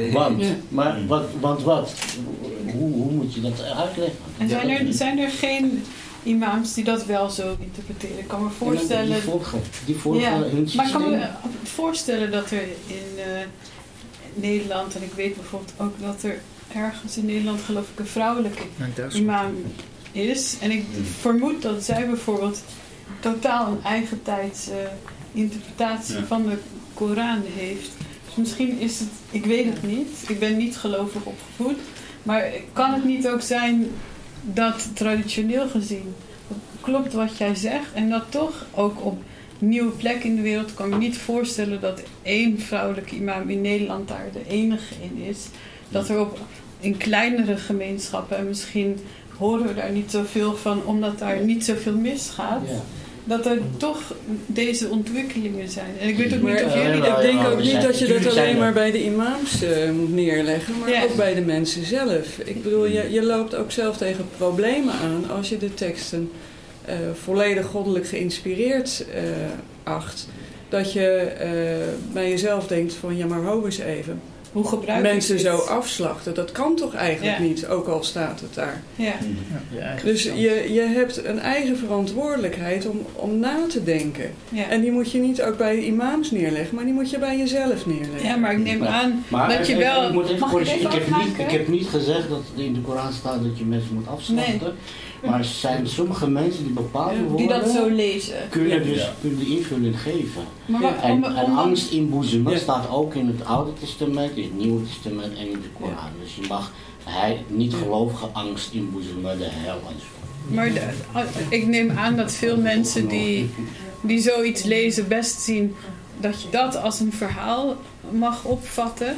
Want wat? Hoe moet je dat uitleggen? En zijn er geen imams die dat wel zo interpreteren? Ik kan me voorstellen... Die volgen hun systeem. Maar ik kan me voorstellen dat er in Nederland, en ik weet bijvoorbeeld ook dat er ergens in Nederland geloof ik een vrouwelijke imam is. En ik vermoed dat zij bijvoorbeeld totaal een eigen tijds interpretatie van de Koran heeft. Dus misschien is het, ik weet het niet, ik ben niet gelovig opgevoed, maar kan het niet ook zijn dat traditioneel gezien klopt wat jij zegt en dat toch ook op nieuwe plek in de wereld kan ik me niet voorstellen dat één vrouwelijke imam in Nederland daar de enige in is. Dat er in kleinere gemeenschappen, en misschien horen we daar niet zoveel van omdat daar niet zoveel misgaat, dat er toch deze ontwikkelingen zijn. En ik weet ook niet of jullie dat... Ik denk ook niet dat je dat alleen maar bij de imams moet neerleggen, maar ook bij de mensen zelf. Ik bedoel, je loopt ook zelf tegen problemen aan als je de teksten volledig goddelijk geïnspireerd acht. Dat je bij jezelf denkt van, ja maar hou eens even. Hoe gebruik mensen zo afslachten? Dat kan toch eigenlijk niet, ook al staat het daar. Ja. Dus je hebt een eigen verantwoordelijkheid om na te denken. Ja. En die moet je niet ook bij de imams neerleggen, maar die moet je bij jezelf neerleggen. Ja, maar ik neem aan dat je wel... Ik moet even corrigeren. Ik heb niet gezegd dat in de Koran staat dat je mensen moet afslachten. Nee. Maar er zijn sommige mensen die bepaalde woorden... Die dat zo lezen. Kunnen de invulling geven. En angst inboezemen staat ook in het Oude Testament, in het Nieuwe Testament en in de Koran. Dus je mag niet gelovige angst inboezemen, de hel enzovoort. Maar ik neem aan dat veel mensen die zoiets lezen best zien dat je dat als een verhaal mag opvatten.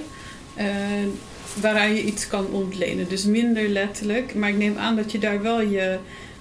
Waaraan je iets kan ontlenen. Dus minder letterlijk. Maar ik neem aan dat je daar wel je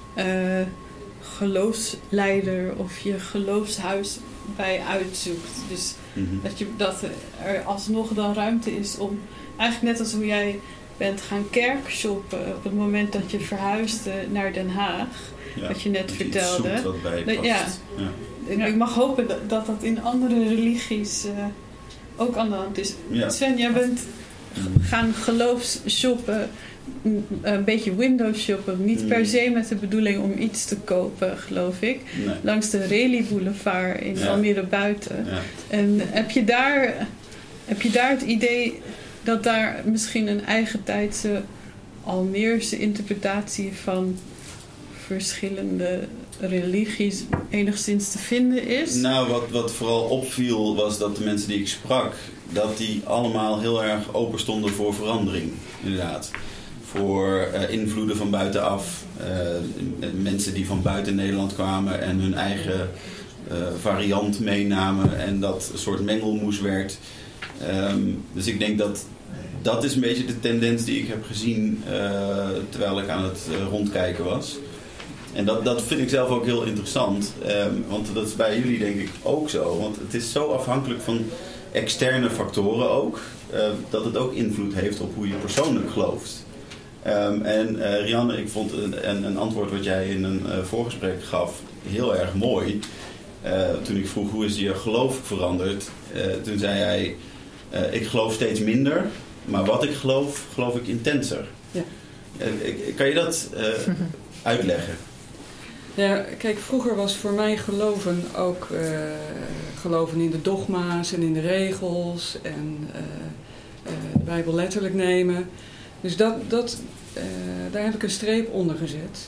geloofsleider of je geloofshuis bij uitzoekt. Dus dat er alsnog dan ruimte is om... Eigenlijk net als hoe jij bent gaan kerkshoppen op het moment dat je verhuisde naar Den Haag. Ja, wat je net vertelde. Wat bij past. Ik mag hopen dat in andere religies ook aan de hand is. Ja. Sven, jij bent... gaan geloofsshoppen, een beetje window shoppen, niet per se met de bedoeling om iets te kopen, geloof ik. Nee. Langs de Reli Boulevard in Almere Buiten. Ja. En heb je daar het idee dat daar misschien een eigen tijdse Almeerse interpretatie van verschillende religies enigszins te vinden is? Nou, wat vooral opviel was dat de mensen die ik sprak, dat die allemaal heel erg open stonden voor verandering, inderdaad. Voor invloeden van buitenaf. Mensen die van buiten Nederland kwamen en hun eigen variant meenamen en dat een soort mengelmoes werd. Dus ik denk dat is een beetje de tendens die ik heb gezien terwijl ik aan het rondkijken was. En dat vind ik zelf ook heel interessant. Want dat is bij jullie denk ik ook zo. Want het is zo afhankelijk van externe factoren ook. Dat het ook invloed heeft op hoe je persoonlijk gelooft. Rianne, ik vond een antwoord wat jij in een voorgesprek gaf heel erg mooi. Toen ik vroeg hoe is je geloof veranderd, toen zei hij, ik geloof steeds minder, maar wat ik geloof ik intenser. Ja. Kan je dat uitleggen? Ja, kijk, vroeger was voor mij geloven ook geloven in de dogma's en in de regels en de Bijbel letterlijk nemen. Dus daar heb ik een streep onder gezet.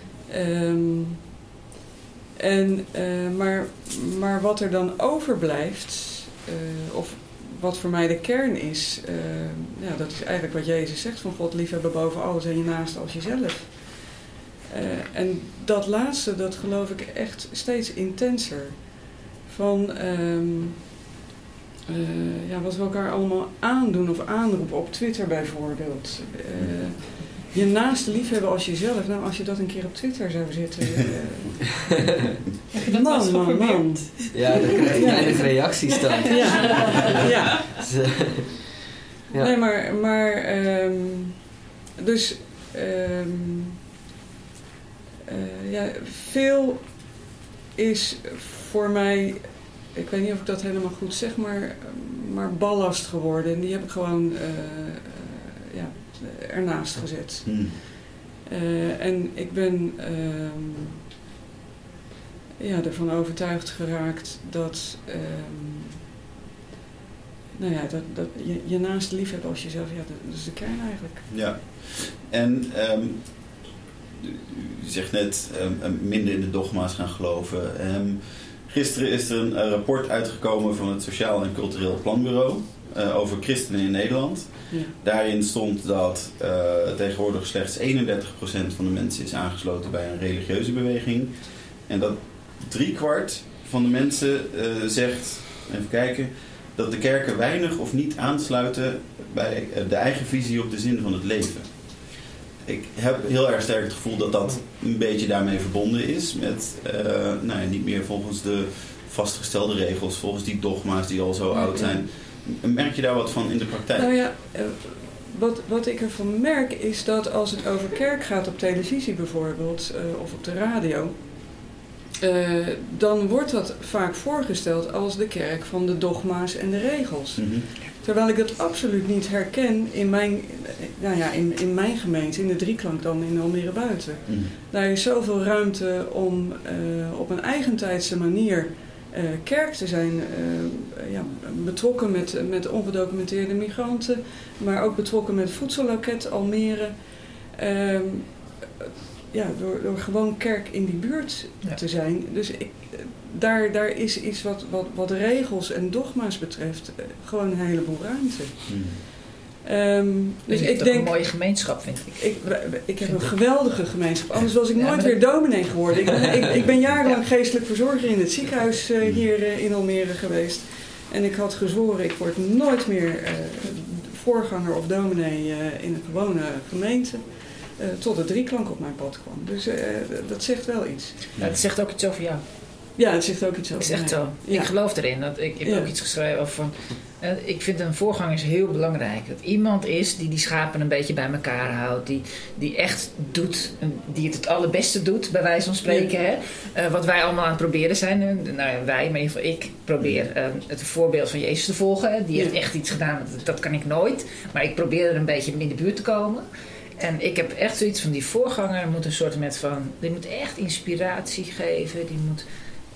Maar wat er dan overblijft, of wat voor mij de kern is, dat is eigenlijk wat Jezus zegt, van God liefhebben boven alles en je naaste als jezelf. En dat laatste, dat geloof ik echt steeds intenser. Van wat we elkaar allemaal aandoen of aanroepen op Twitter bijvoorbeeld. Je naaste liefhebben als jezelf. Nou, als je dat een keer op Twitter zou zetten. Heb je dat wel eens geprobeerd? Ja, dan krijg je weinig reacties dan. Ja. Nee, maar veel is voor mij, ik weet niet of ik dat helemaal goed zeg, maar ballast geworden. En die heb ik gewoon ernaast gezet. En ik ben ervan overtuigd geraakt dat dat je naast liefhebben als jezelf, dat is de kern eigenlijk. Ja, en je zegt net minder in de dogma's gaan geloven. Gisteren is er een rapport uitgekomen van het Sociaal en Cultureel Planbureau over christenen in Nederland. Ja. Daarin stond dat tegenwoordig slechts 31% van de mensen is aangesloten bij een religieuze beweging. En dat 3/4 van de mensen zegt, even kijken, dat de kerken weinig of niet aansluiten bij de eigen visie op de zin van het leven. Ik heb heel erg sterk het gevoel dat dat een beetje daarmee verbonden is. Met niet meer volgens de vastgestelde regels, volgens die dogma's die al zo oud zijn. Merk je daar wat van in de praktijk? Nou ja, wat ik ervan merk is dat als het over kerk gaat op televisie bijvoorbeeld, of op de radio, dan wordt dat vaak voorgesteld als de kerk van de dogma's en de regels. Mm-hmm. Terwijl ik dat absoluut niet herken in mijn gemeente, in de Drieklank dan in Almere Buiten. Mm. Daar is zoveel ruimte om op een eigentijdse manier kerk te zijn, betrokken met ongedocumenteerde migranten, maar ook betrokken met voedselloket Almere. Door gewoon kerk in die buurt te zijn. Dus daar is iets wat regels en dogma's betreft gewoon een heleboel ruimte. Dus ik denk een mooie gemeenschap, vind ik. Ik heb een geweldige gemeenschap. Anders was ik nooit weer dominee geworden. Ik ben jarenlang geestelijk verzorger in het ziekenhuis hier in Almere geweest. En ik had gezworen, ik word nooit meer voorganger of dominee in een gewone gemeente. Tot de Drieklank op mijn pad kwam. Dus dat zegt wel iets. Ja, het zegt ook iets over jou. Ja, het zegt ook iets over mij. Het is echt zo. Ja. Ik geloof erin. Ik heb ook iets geschreven over van... ik vind een voorganger heel belangrijk. Dat iemand is die schapen een beetje bij elkaar houdt. Die echt doet, die het allerbeste doet, bij wijze van spreken. Ja. Hè? Wat wij allemaal aan het proberen zijn. Nou, wij, maar in ieder geval ik probeer het voorbeeld van Jezus te volgen. Hè? Die heeft echt iets gedaan, dat kan ik nooit. Maar ik probeer er een beetje in de buurt te komen. En ik heb echt zoiets van die voorganger moet een soort die moet echt inspiratie geven. Die moet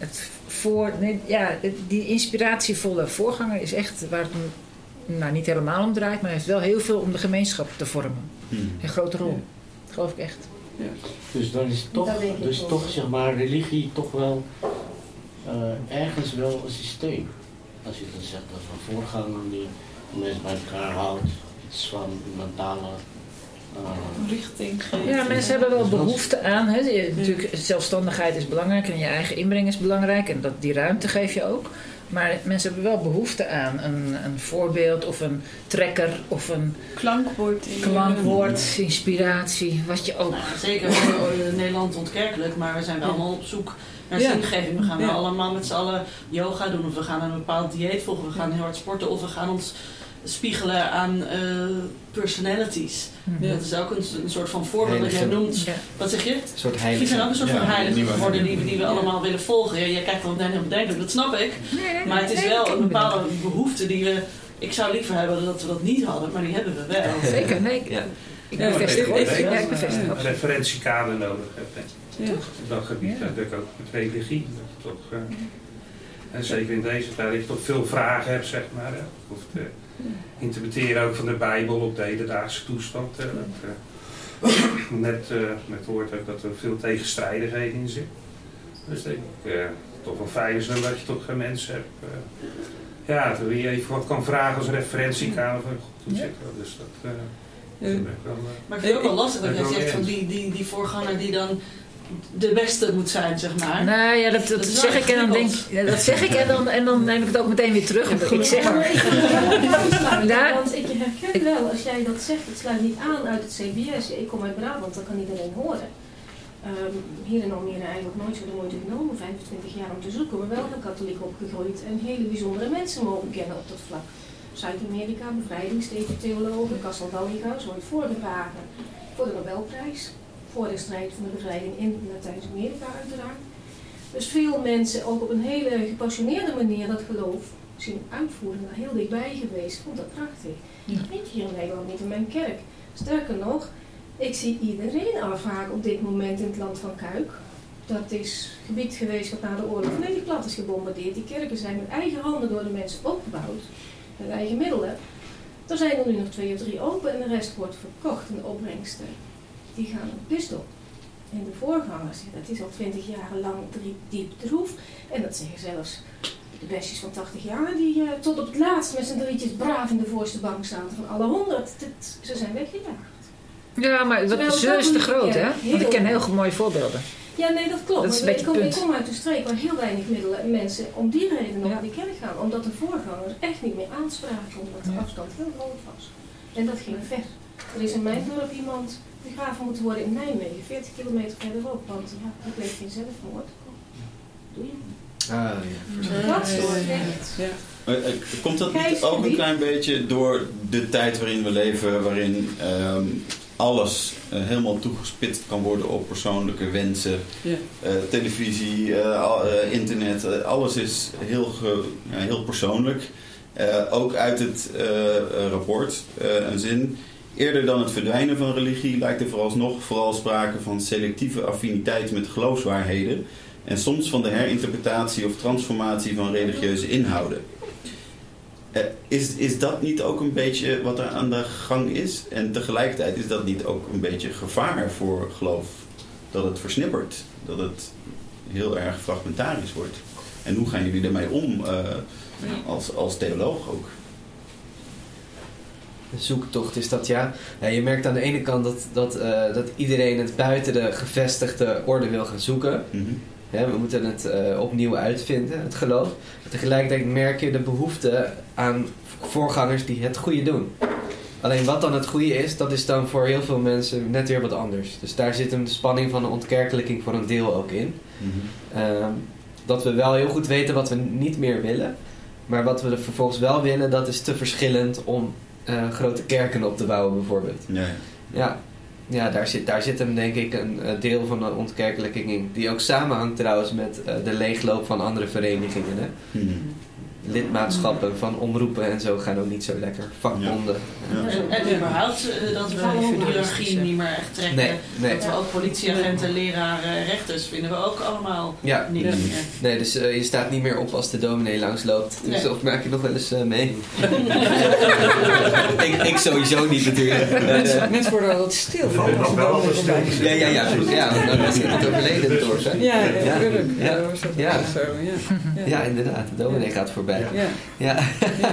die inspiratievolle voorganger is echt waar het niet helemaal om draait, maar hij heeft wel heel veel om de gemeenschap te vormen. Een grote rol. Dat geloof ik echt. Ja. Dus dan is toch zeg maar religie toch wel ergens wel een systeem. Als je dan zegt dat een voorganger die mensen bij elkaar houdt, iets van mentale richting geven. Ja, mensen hebben wel behoefte aan. Hè. Natuurlijk, zelfstandigheid is belangrijk en je eigen inbreng is belangrijk. En die ruimte geef je ook. Maar mensen hebben wel behoefte aan een voorbeeld of een trekker of een klankwoord, inspiratie, wat je ook... Nou, zeker, Nederland ontkerkelijk, maar we zijn wel allemaal op zoek naar zingeving. We gaan wel allemaal met z'n allen yoga doen of we gaan een bepaald dieet volgen, we gaan heel hard sporten of we gaan ons spiegelen aan personalities. Ja. Dat is ook een soort van voorbeeld dat jij noemt. Ja. Wat zeg je? Een soort heilige. Die zijn ook een soort van heiligen geworden die we allemaal willen volgen. Ja, jij kijkt dan meteen heel bedenkelijk, dat snap ik. Maar het is wel een bepaalde behoefte die we... Ik zou liever hebben dat we dat niet hadden, maar die hebben we wel. Zeker, nee. Ja. Ik bevestig het. Een referentiekader nodig hebt. Ja. Op dat gebied, natuurlijk ook met religie. Dat je toch, en zeker in deze tijd, dat je toch veel vragen hebt, zeg maar. Of te interpreteren ook van de Bijbel op de hedendaagse toestand. Net hoort ook dat er veel tegenstrijdigheden in zit. Dus denk ik toch wel fijn is dat je toch mensen hebt. Wie je even wat kan vragen als referentiekader van hoe zit dat. Dus dat... Maar ik vind het ook wel lastig dat jij zegt van die voorganger die dan de beste moet zijn, zeg maar. Nou ja, dat zeg ik en dan denk dat zeg ik en dan neem ik het ook meteen weer terug. Ik zeg want ik herken wel, als jij dat zegt, het sluit niet aan uit het CBS. Ik kom uit Brabant, dat kan iedereen horen. Hier in Almere eigenlijk nooit zo de moeite genomen, 25 jaar om te zoeken, maar wel heel katholiek opgegroeid en hele bijzondere mensen mogen kennen op dat vlak. Zuid-Amerika, bevrijdingsteken, theologen, Castel Dallinga, is ooit voorgedragen voor de Nobelprijs, voor de strijd van de bevrijding in Latijns-Amerika uiteraard. Dus veel mensen, ook op een hele gepassioneerde manier, dat geloof zien uitvoeren, daar heel dichtbij geweest. Ik vond dat prachtig. Dat vind je hier in Nederland niet in mijn kerk. Sterker nog, ik zie iedereen afhaken op dit moment in het land van Kuik. Dat is gebied geweest wat na de oorlog volledig plat is gebombardeerd. Die kerken zijn met eigen handen door de mensen opgebouwd. Met eigen middelen. Er zijn er nu nog 2 of 3 open en de rest wordt verkocht. En de opbrengsten, die gaan een pist op. En de voorgangers, dat is al 20 jaar lang diep droef. En dat zeggen zelfs de bestjes van 80 jaar, die tot op het laatst met z'n drietjes braaf in de voorste bank staan van alle 100. Ze zijn weggejaagd. Ja, maar de zeur is te groot, hè? Want ik ken heel mooie voorbeelden. Ja, nee, dat klopt. Dat is ik kom uit een streek waar heel weinig middelen en mensen om die reden nog naar die kerk gaan. Omdat de voorgangers echt niet meer aanspraken, omdat de afstand heel groot was. En dat ging ver. Er is in mijn dorp iemand begraven moeten worden in Nijmegen, 40 kilometer verderop. Want ik pleeg geen zelfmoord. Doe je? Dat soort echt. Komt dat niet ook een klein beetje door de tijd waarin we leven, waarin alles helemaal toegespitst kan worden op persoonlijke wensen, televisie, internet, alles is heel persoonlijk. Ook uit het rapport een zin. Eerder dan het verdwijnen van religie lijkt er vooral sprake van selectieve affiniteit met geloofswaarheden en soms van de herinterpretatie of transformatie van religieuze inhouden. Is dat niet ook een beetje wat er aan de gang is? En tegelijkertijd is dat niet ook een beetje gevaar voor geloof? Dat het versnippert, dat het heel erg fragmentarisch wordt. En hoe gaan jullie daarmee om als theoloog ook? De zoektocht is dat, ja. Je merkt aan de ene kant dat iedereen het buiten de gevestigde orde wil gaan zoeken. Mm-hmm. We moeten het opnieuw uitvinden, het geloof. Maar tegelijkertijd merk je de behoefte aan voorgangers die het goede doen. Alleen wat dan het goede is, dat is dan voor heel veel mensen net weer wat anders. Dus daar zit een spanning van de ontkerkelijking voor een deel ook in. Mm-hmm. Dat we wel heel goed weten wat we niet meer willen. Maar wat we vervolgens wel willen, dat is te verschillend om grote kerken op te bouwen bijvoorbeeld. Ja, daar zit hem denk ik een deel van de ontkerkelijking in. Die ook samenhangt trouwens met de leegloop van andere verenigingen. Hè? Mm-hmm. Lidmaatschappen van omroepen en zo gaan ook niet zo lekker. Vakbonden. Ja. En überhaupt dat we de hiërarchie niet meer echt trekken. Nee. Dat we ook politieagenten, leraren, rechters vinden we ook allemaal niet meer. Nee, dus je staat niet meer op als de dominee langs loopt. Dus of maak je nog wel eens mee? ik sowieso niet natuurlijk. Mensen worden wel wat stil van. Ja, dan is het overleden door. Ja, natuurlijk. Ja, inderdaad. De dominee gaat voorbij. Ja.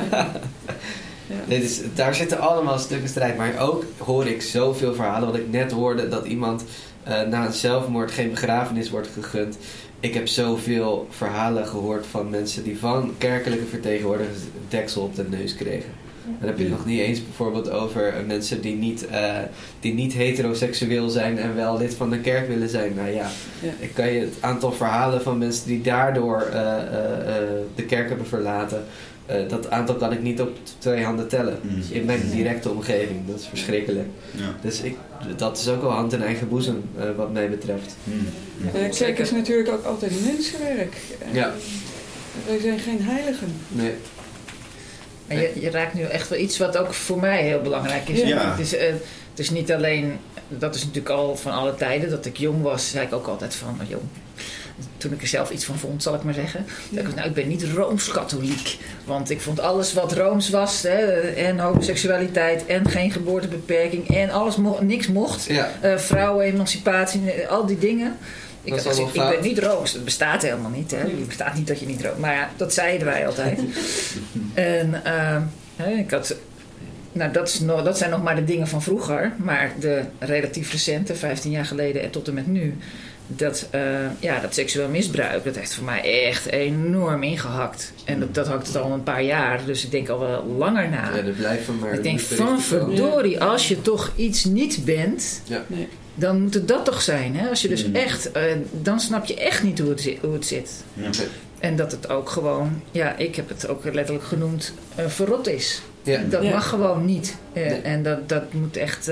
Nee, dus daar zitten allemaal stukken strijd. Maar ook hoor ik zoveel verhalen. Wat ik net hoorde, dat iemand na een zelfmoord geen begrafenis wordt gegund. Ik heb zoveel verhalen gehoord van mensen die van kerkelijke vertegenwoordigers een deksel op de neus kregen. Dan heb je het nog niet eens bijvoorbeeld over mensen die niet heteroseksueel zijn en wel lid van de kerk willen zijn. Nou ja, ik kan je het aantal verhalen van mensen die daardoor de kerk hebben verlaten dat aantal kan ik niet op 2 handen tellen. Dus in mijn directe omgeving, dat is verschrikkelijk. Ja. Dus dat is ook wel hand in eigen boezem wat mij betreft. Kerk is natuurlijk ook altijd mensenwerk. Ja. Wij zijn geen heiligen. Nee. Maar je raakt nu echt wel iets wat ook voor mij heel belangrijk is. Ja. Het is niet alleen, dat is natuurlijk al van alle tijden, dat ik jong was, zei ik ook altijd van, jong. Toen ik er zelf iets van vond, zal ik maar zeggen. Ik ben niet Rooms-katholiek. Want ik vond alles wat Rooms was. En homoseksualiteit. En geen geboortebeperking. En alles niks mocht. Ja. Vrouwenemancipatie. Al die dingen. Ik ben niet Rooms. Dat bestaat helemaal niet. Het bestaat niet dat je niet Rooms... Maar ja, dat zeiden wij altijd. En ik had... Nou, dat zijn nog maar de dingen van vroeger. Maar de relatief recente, 15 jaar geleden en tot en met nu... Dat seksueel misbruik, dat heeft voor mij echt enorm ingehakt. En dat hakt het al een paar jaar, dus ik denk al wel langer na. Ja, dat blijft maar. Ik denk van verdorie, als je toch iets niet bent, dan moet het dat toch zijn. Hè? Als je dus echt, dan snap je echt niet hoe het zit. Ja. En dat het ook gewoon, ik heb het ook letterlijk genoemd, verrot is. Ja. Dat mag gewoon niet. En dat moet echt...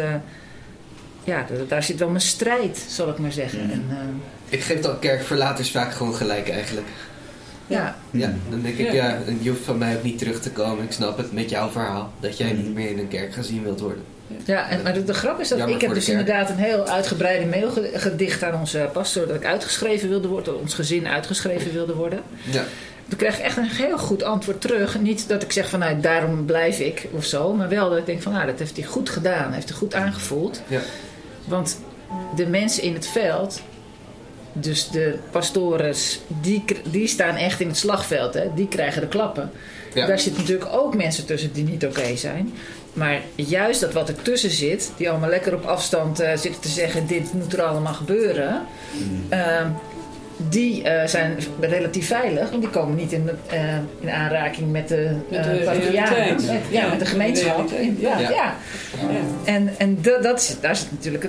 daar zit wel mijn strijd, zal ik maar zeggen. En, ik geef dan kerkverlaters vaak gewoon gelijk eigenlijk. Ja, dan denk ik, je hoeft van mij ook niet terug te komen. Ik snap het met jouw verhaal, dat jij niet meer in een kerk gezien wilt worden. Ja, maar de grap is dat ik heb dus inderdaad een heel uitgebreide mail gedicht aan onze pastor, dat ik uitgeschreven wilde worden, dat ons gezin uitgeschreven wilde worden. Ja. Toen kreeg ik echt een heel goed antwoord terug. Niet dat ik zeg van, daarom blijf ik of zo, maar wel dat ik denk van, dat heeft hij goed gedaan, heeft hij goed aangevoeld. Ja. Want de mensen in het veld, dus de pastoren, die staan echt in het slagveld. Hè? Die krijgen de klappen. Ja. Daar zitten natuurlijk ook mensen tussen die niet oké zijn. Maar juist dat wat ertussen zit, die allemaal lekker op afstand zitten te zeggen, dit moet er allemaal gebeuren. Die zijn relatief veilig, want die komen niet in aanraking met de parochianen, met de gemeenschap. En daar zit natuurlijk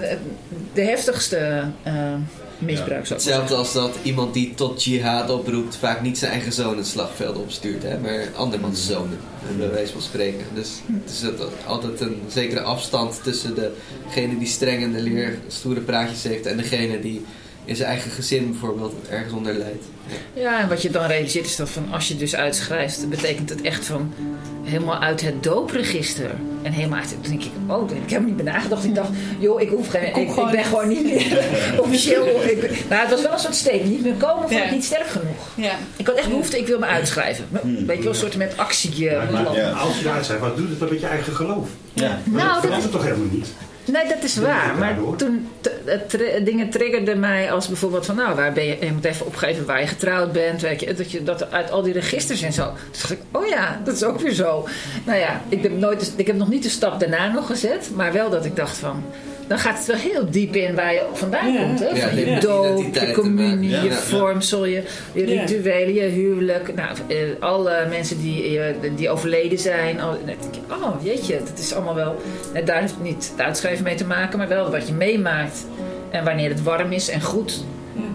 de heftigste misbruik. Hetzelfde als dat iemand die tot jihad oproept vaak niet zijn eigen zoon het slagveld opstuurt, hè, maar andermans zonen, bij wijze van spreken. Dus het is altijd een zekere afstand tussen degene die streng en de leer stoere praatjes heeft en degene die in zijn eigen gezin bijvoorbeeld ergens onder lijdt. Ja, en wat je dan realiseert is dat van als je dus uitschrijft, betekent het echt van helemaal uit het doopregister. En helemaal uit, toen denk ik, daar heb ik helemaal niet bij nagedacht. Ik dacht, joh, ik ben gewoon niet meer officieel. Het was wel een soort steek, niet meer komen, vond ik niet sterk genoeg. Ja. Ik had echt behoefte, ik wil me uitschrijven. Weet je wel, een soort met actie. Als je uitschrijft, wat doet het dan met je eigen geloof? Ja. Dat verandert toch helemaal niet? Nee, dat is waar. Maar toen dingen triggerden mij als bijvoorbeeld van, waar ben je? Je moet even opgeven waar je getrouwd bent. Weet je, dat uit al die registers en zo. Toen dacht ik, dat is ook weer zo. Nou ja, ik heb nog niet de stap daarna nog gezet. Maar wel dat ik dacht van, dan gaat het wel heel diep in waar je vandaan komt. Hè? Van je doop, je communie, je vormsel, je rituelen, je huwelijk. Nou, alle mensen die overleden zijn. Jeetje, dat is allemaal wel... Daar heeft niet het uitschrijven mee te maken, maar wel wat je meemaakt. En wanneer het warm is en goed.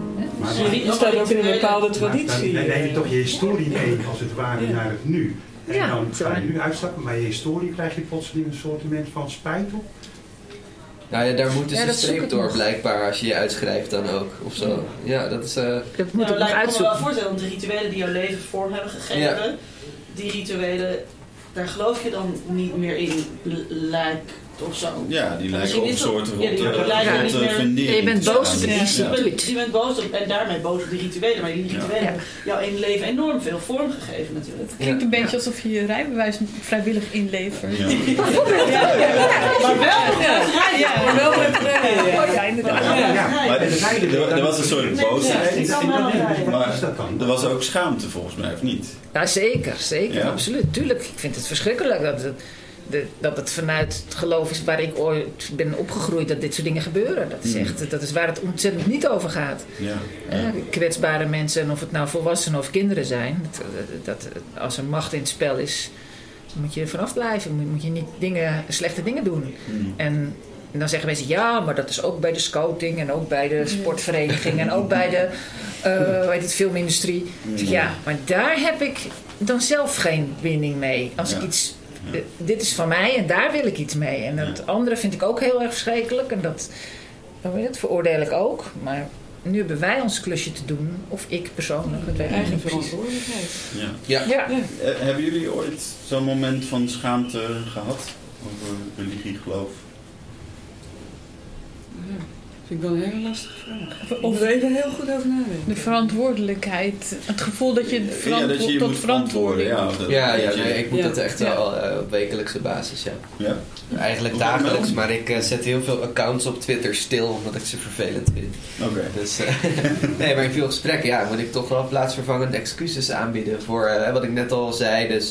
Je staat ook in een bepaalde traditie. Dan neem je toch je historie mee, als het ware, naar het nu. En dan ga je nu uitstappen, maar je historie krijg je plotseling een soort van spijt op. Nou ja, daar moet dus een streep door blijkbaar als je je uitschrijft dan ook, of zo. Ja, dat is... Dat moet ik nog uitzoeken. Ik kan me wel voorstellen, want de rituelen die jouw leven vorm hebben gegeven, die rituelen, daar geloof je dan niet meer in, lijkt of zo. Ja, die lijken op een soort fundering. Je bent boos op het instituut. Je bent boos op, en daarmee boos op de rituelen, maar die rituelen hebben jouw in leven enorm veel vorm gegeven natuurlijk. Het klinkt een beetje alsof je je rijbewijs vrijwillig inlevert. Maar wel met rijden. Er was een soort boosheid, maar er was ook schaamte volgens mij, of niet? Ja, zeker, absoluut. Tuurlijk, ik vind het verschrikkelijk dat het vanuit het geloof is waar ik ooit ben opgegroeid, dat dit soort dingen gebeuren. Dat is waar het ontzettend niet over gaat. Kwetsbare mensen, of het nou volwassenen of kinderen zijn, als er macht in het spel is, moet je er vanaf blijven. Moet je niet slechte dingen doen. En dan zeggen mensen, maar dat is ook bij de scouting en ook bij de sportvereniging en ook bij de filmindustrie. Dus maar daar heb ik dan zelf geen binding mee. Als ik iets... dit is van mij en daar wil ik iets mee. En dat andere vind ik ook heel erg verschrikkelijk. En dat veroordeel ik ook. Maar nu hebben wij ons klusje te doen. Of ik persoonlijk. Dat weet ik eigen niet verantwoordelijkheid. Ja. Hebben jullie ooit zo'n moment van schaamte gehad? Over religie, geloof? Vind ik wel een hele lastige vraag. Of er even heel goed over nadenken. De verantwoordelijkheid. Het gevoel dat je je tot moet verantwoording. Ik moet dat echt wel op wekelijkse basis, ja. Eigenlijk dagelijks, maar ik zet heel veel accounts op Twitter stil, omdat ik ze vervelend vind. Oké. Dus, maar in veel gesprekken, moet ik toch wel plaatsvervangende excuses aanbieden voor wat ik net al zei. Dus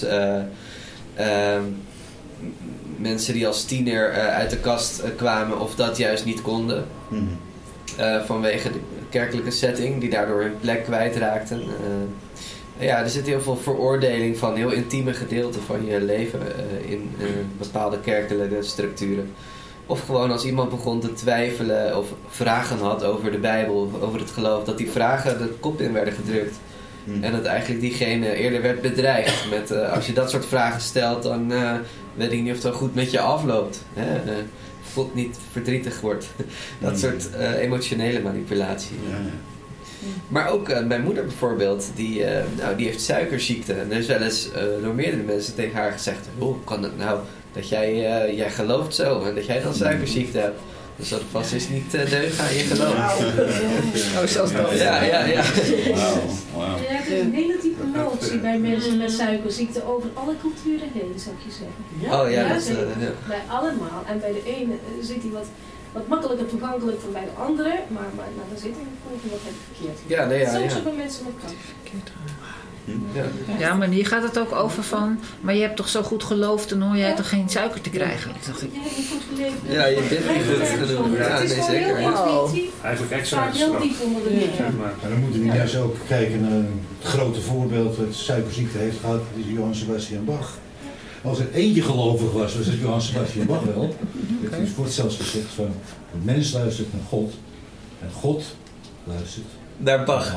mensen die als tiener uit de kast kwamen of dat juist niet konden. Vanwege de kerkelijke setting, die daardoor hun plek kwijtraakten. Er zit heel veel veroordeling van heel intieme gedeelten van je leven in bepaalde kerkelijke structuren. Of gewoon als iemand begon te twijfelen of vragen had over de Bijbel, over het geloof, dat die vragen de kop in werden gedrukt. En dat eigenlijk diegene eerder werd bedreigd met als je dat soort vragen stelt, dan weet ik niet of het wel goed met je afloopt. Voelt niet verdrietig wordt. Dat soort emotionele manipulatie. Maar ook mijn moeder bijvoorbeeld, die heeft suikerziekte. En er is wel eens door meerdere mensen tegen haar gezegd, hoe kan het nou dat jij gelooft zo en dat jij dan suikerziekte hebt? Dus dat vast is niet deugen aan je geloof. Zelfs dat. Ja. Wow. Je hebt een hele diepe emotie bij mensen met suikerziekte over alle culturen heen, zou ik je zeggen. Bij allemaal. En bij de ene zit hij wat makkelijker toegankelijk dan bij de andere, maar dan zit hij wat verkeerd. Soms ook bij mensen met kanker. Ja, maar hier gaat het ook over van, maar je hebt toch zo goed geloofd, dan hoor jij toch geen suiker te krijgen? Ik dacht, je goed geleefd. Ja, je bent niet goed genoeg. Het is gewoon heel intuïtief. Eigenlijk extra heel diep onder de dingen. Maar dan moeten we juist ook kijken naar een grote voorbeeld dat suikerziekte heeft gehad, dat is Johann Sebastian Bach. Als er eentje gelovig was het Johann Sebastian Bach wel. Het wordt zelfs gezegd van, de mens luistert naar God en God luistert naar Bach.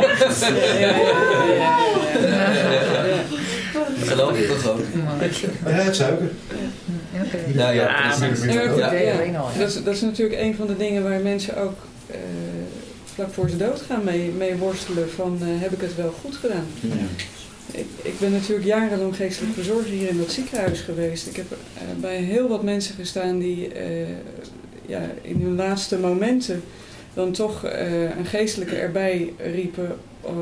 Geloof ik toch ook? Ja, het suiker. Dat is natuurlijk een van de dingen waar mensen ook vlak voor ze dood gaan mee worstelen van heb ik het wel goed gedaan? Ja. Ik ben natuurlijk jarenlang geestelijk verzorger hier in dat ziekenhuis geweest. Ik heb bij heel wat mensen gestaan die in hun laatste momenten dan toch een geestelijke erbij riepen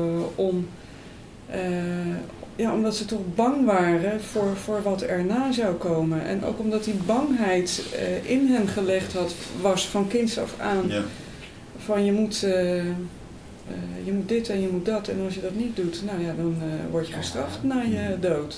omdat ze toch bang waren voor wat erna zou komen. En ook omdat die bangheid in hen gelegd was van kinds af aan. Ja. Van je moet dit en je moet dat. En als je dat niet doet, dan word je gestraft na je dood.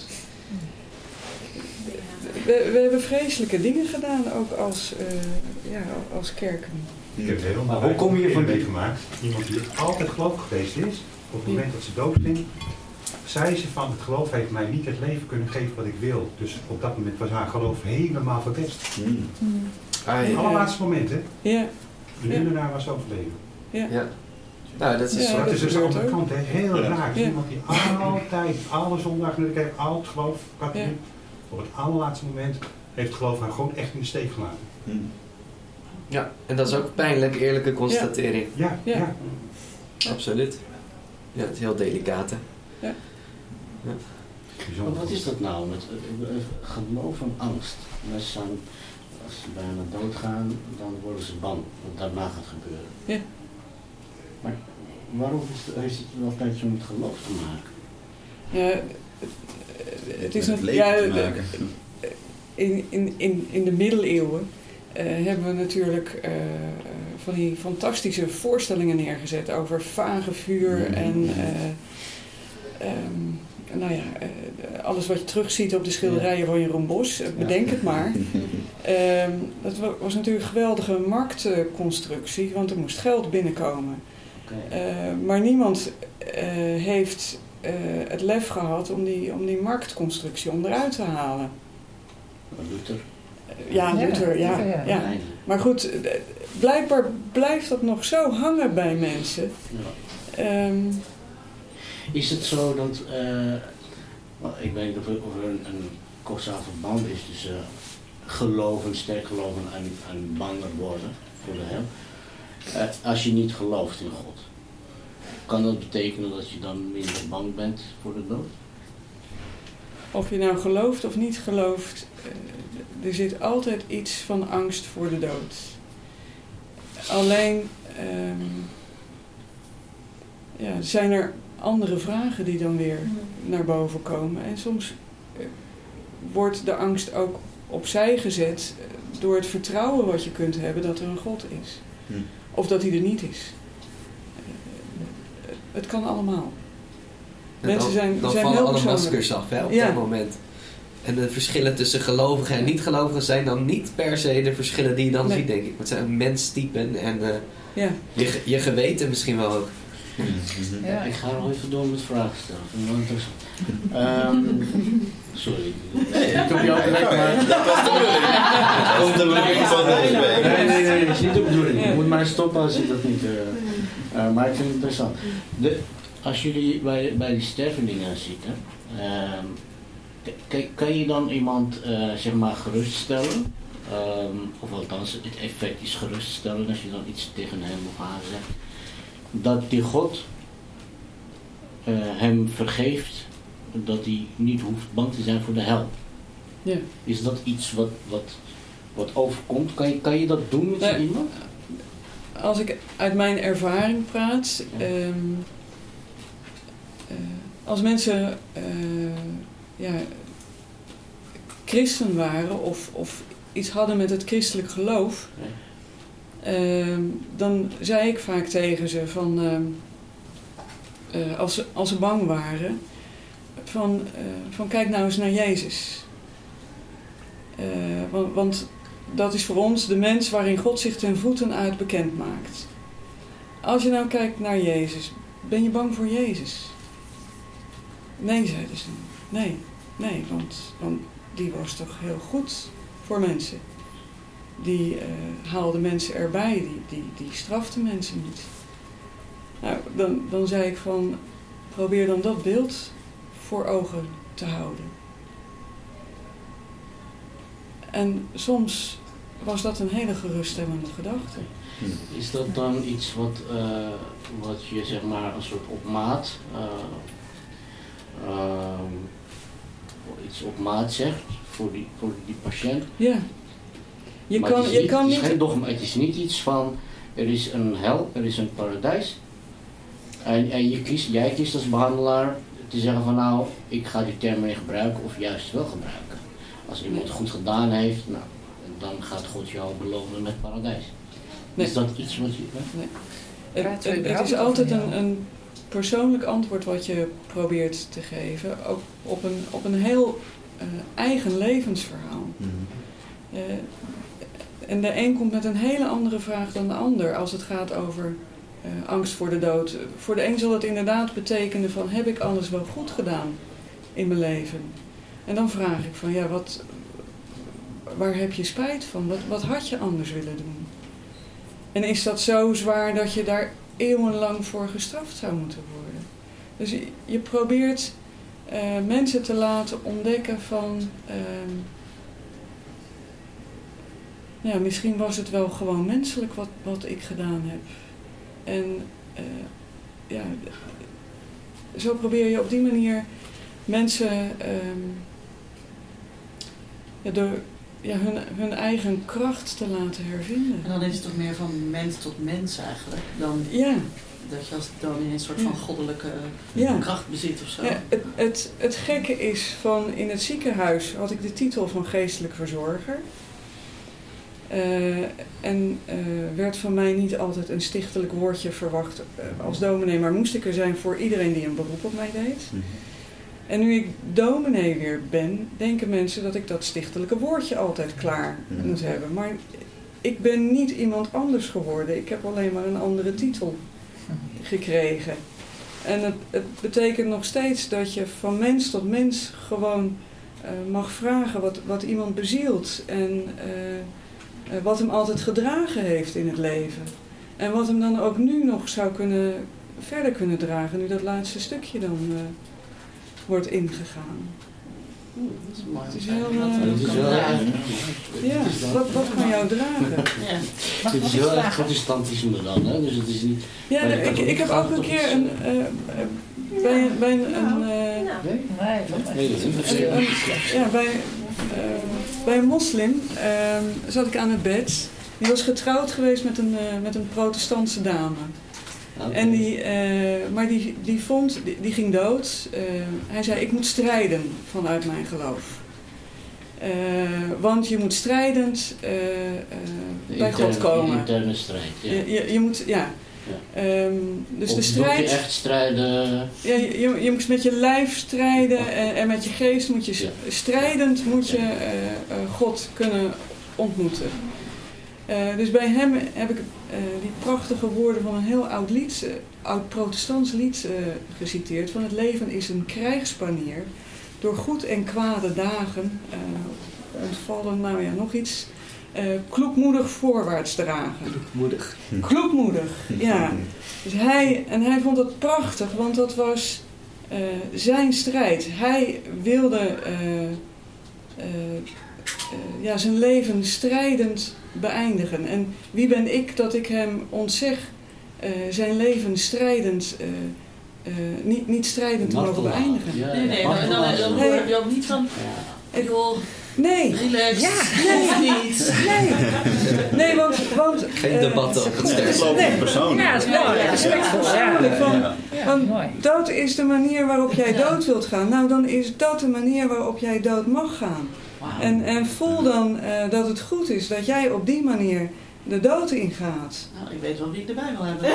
We hebben vreselijke dingen gedaan, ook als kerken. Ik heb helemaal hoe kom je van meegemaakt? Iemand die altijd gelovig geweest is, op het moment dat ze dood ging, zei ze van het geloof heeft mij niet het leven kunnen geven wat ik wil. Dus op dat moment was haar geloof helemaal verpest. Het allerlaatste moment, hè? Ja. En nu daarna was ze overleden. Ja. Nou, dat is dus de andere kant, hè? Heel raar. Iemand die altijd, alle zondagen naar de kerk, altijd geloof, katholiek, op het allerlaatste moment heeft het geloof haar gewoon echt in de steek gelaten. Ja, en dat is ook pijnlijk, eerlijke constatering. Ja. Absoluut. Ja, het is heel delicaat, hè? Ja. Maar wat is dat nou met geloof en angst? Mensen als ze bijna doodgaan, dan worden ze bang wat daarna gaat gebeuren. Ja. Maar waarom heeft het altijd zo met geloof te maken? Ja, het is met leven te maken. In de middeleeuwen hebben we natuurlijk van die fantastische voorstellingen neergezet over vagevuur en alles wat je terugziet op de schilderijen van Jeroen Bosch, bedenk het maar. Dat was natuurlijk een geweldige marktconstructie, want er moest geld binnenkomen. Maar niemand heeft het lef gehad om die marktconstructie onderuit te halen. Luther. Luther, ja. Maar goed, blijkbaar blijft dat nog zo hangen bij mensen. Is het zo dat, ik weet niet of er een causaal verband is tussen geloven, sterk geloven en banger worden voor de hel. Als je niet gelooft in God, kan dat betekenen dat je dan minder bang bent voor de dood? Of je nou gelooft of niet gelooft, er zit altijd iets van angst voor de dood. Alleen zijn er andere vragen die dan weer naar boven komen. En soms wordt de angst ook opzij gezet door het vertrouwen wat je kunt hebben dat er een God is. Of dat hij er niet is. Het kan allemaal. Mensen zijn dan heel vallen alle persoonlijk. maskers af op dat moment. En de verschillen tussen gelovigen en niet-gelovigen zijn dan niet per se de verschillen die je dan ziet, denk ik. Het zijn menstypen en je geweten misschien wel ook. Ja. Ik ga nog even door met vragen stellen. Sorry. Ik heb jou gelijk, maar... Dat was de bedoeling. Dat komt de bedoeling van Nee, dat is niet de bedoeling. Je moet maar stoppen als je dat niet... maar ik vind het interessant. Als jullie bij die stervelingen zitten... kan je dan iemand zeg maar geruststellen? Of althans, het effect is geruststellen als je dan iets tegen hem of haar zegt. Dat die God hem vergeeft, dat hij niet hoeft bang te zijn voor de hel. Ja. Is dat iets wat overkomt? Kan je dat doen met iemand? Als ik uit mijn ervaring praat, als mensen christen waren of iets hadden met het christelijk geloof, dan zei ik vaak tegen ze van, als ze bang waren, van kijk nou eens naar Jezus. Want dat is voor ons de mens waarin God zich ten voeten uit bekend maakt. Als je nou kijkt naar Jezus, ben je bang voor Jezus? Nee, zeiden ze. Nee, want die was toch heel goed voor mensen. Die haalde mensen erbij, die strafte mensen niet. Nou, dan zei ik van, probeer dan dat beeld voor ogen te houden. En soms was dat een hele geruststellende gedachte. Is dat dan iets wat je zeg maar een soort op maat, iets op maat zegt voor die patiënt? Ja. Het is niet iets van, er is een hel, er is een paradijs. En jij kiest als behandelaar te zeggen van nou, ik ga die term niet gebruiken of juist wel gebruiken. Als iemand het goed gedaan heeft, nou, dan gaat God jou belonen met paradijs. Nee. Is dat iets wat je... Nee. Het is altijd een persoonlijk antwoord wat je probeert te geven, ook op een heel eigen levensverhaal. En de een komt met een hele andere vraag dan de ander als het gaat over angst voor de dood. Voor de een zal het inderdaad betekenen van, heb ik alles wel goed gedaan in mijn leven? En dan vraag ik van, waar heb je spijt van? Wat had je anders willen doen? En is dat zo zwaar dat je daar eeuwenlang voor gestraft zou moeten worden? Dus je probeert mensen te laten ontdekken van... misschien was het wel gewoon menselijk wat ik gedaan heb. En zo probeer je op die manier mensen door hun eigen kracht te laten hervinden. En dan is het toch meer van mens tot mens eigenlijk. Dan dat je als dan in een soort van goddelijke kracht bezit of zo. Ja, het gekke is van in het ziekenhuis had ik de titel van geestelijk verzorger. Werd van mij niet altijd een stichtelijk woordje verwacht als dominee, maar moest ik er zijn voor iedereen die een beroep op mij deed. En nu ik dominee weer ben, denken mensen dat ik dat stichtelijke woordje altijd klaar moet hebben. Maar ik ben niet iemand anders geworden. Ik heb alleen maar een andere titel gekregen. En het betekent nog steeds dat je van mens tot mens gewoon mag vragen wat iemand bezielt. En wat hem altijd gedragen heeft in het leven. En wat hem dan ook nu nog zou kunnen verder kunnen dragen nu dat laatste stukje dan wordt ingegaan. Dat is mooi. Het is heel... wat kan jou dragen? Ja. Het is heel erg protestantisme dan, hè? Dus het is niet... Ja, ik heb ook een keer bij een moslim zat ik aan het bed. Die was getrouwd geweest met een protestantse dame. Okay. En die ging dood. Hij zei, ik moet strijden vanuit mijn geloof. Want je moet strijdend bij God komen. De interne strijd, ja. Je moet, ja. Dus de strijd... Moet je echt strijden? Ja, je moet met je lijf strijden en met je geest moet je strijdend moet je God kunnen ontmoeten. Dus bij hem heb ik die prachtige woorden van een heel oud protestants lied geciteerd. Van het leven is een krijgspanier. Door goed en kwade dagen ontvallen, nou ja, nog iets. Kloekmoedig voorwaarts dragen. Kloekmoedig, ja. Dus hij vond het prachtig, want dat was zijn strijd. Hij wilde zijn leven strijdend beëindigen. En wie ben ik dat ik hem ontzeg zijn leven strijdend, niet strijdend te mogen beëindigen? Nee, dan hoor je ook niet van... Nee. Relax. Ja, nee. Niet. Nee, want geen debatten op het sterkste. Nee. Ja, dat is mooi. Respectvol. Want dood is de manier waarop jij dood wilt gaan. Nou, dan is dat de manier waarop jij dood mag gaan. Wow. En voel dan dat het goed is dat jij op die manier de dood ingaat. Nou, ik weet wel wie ik erbij wil hebben.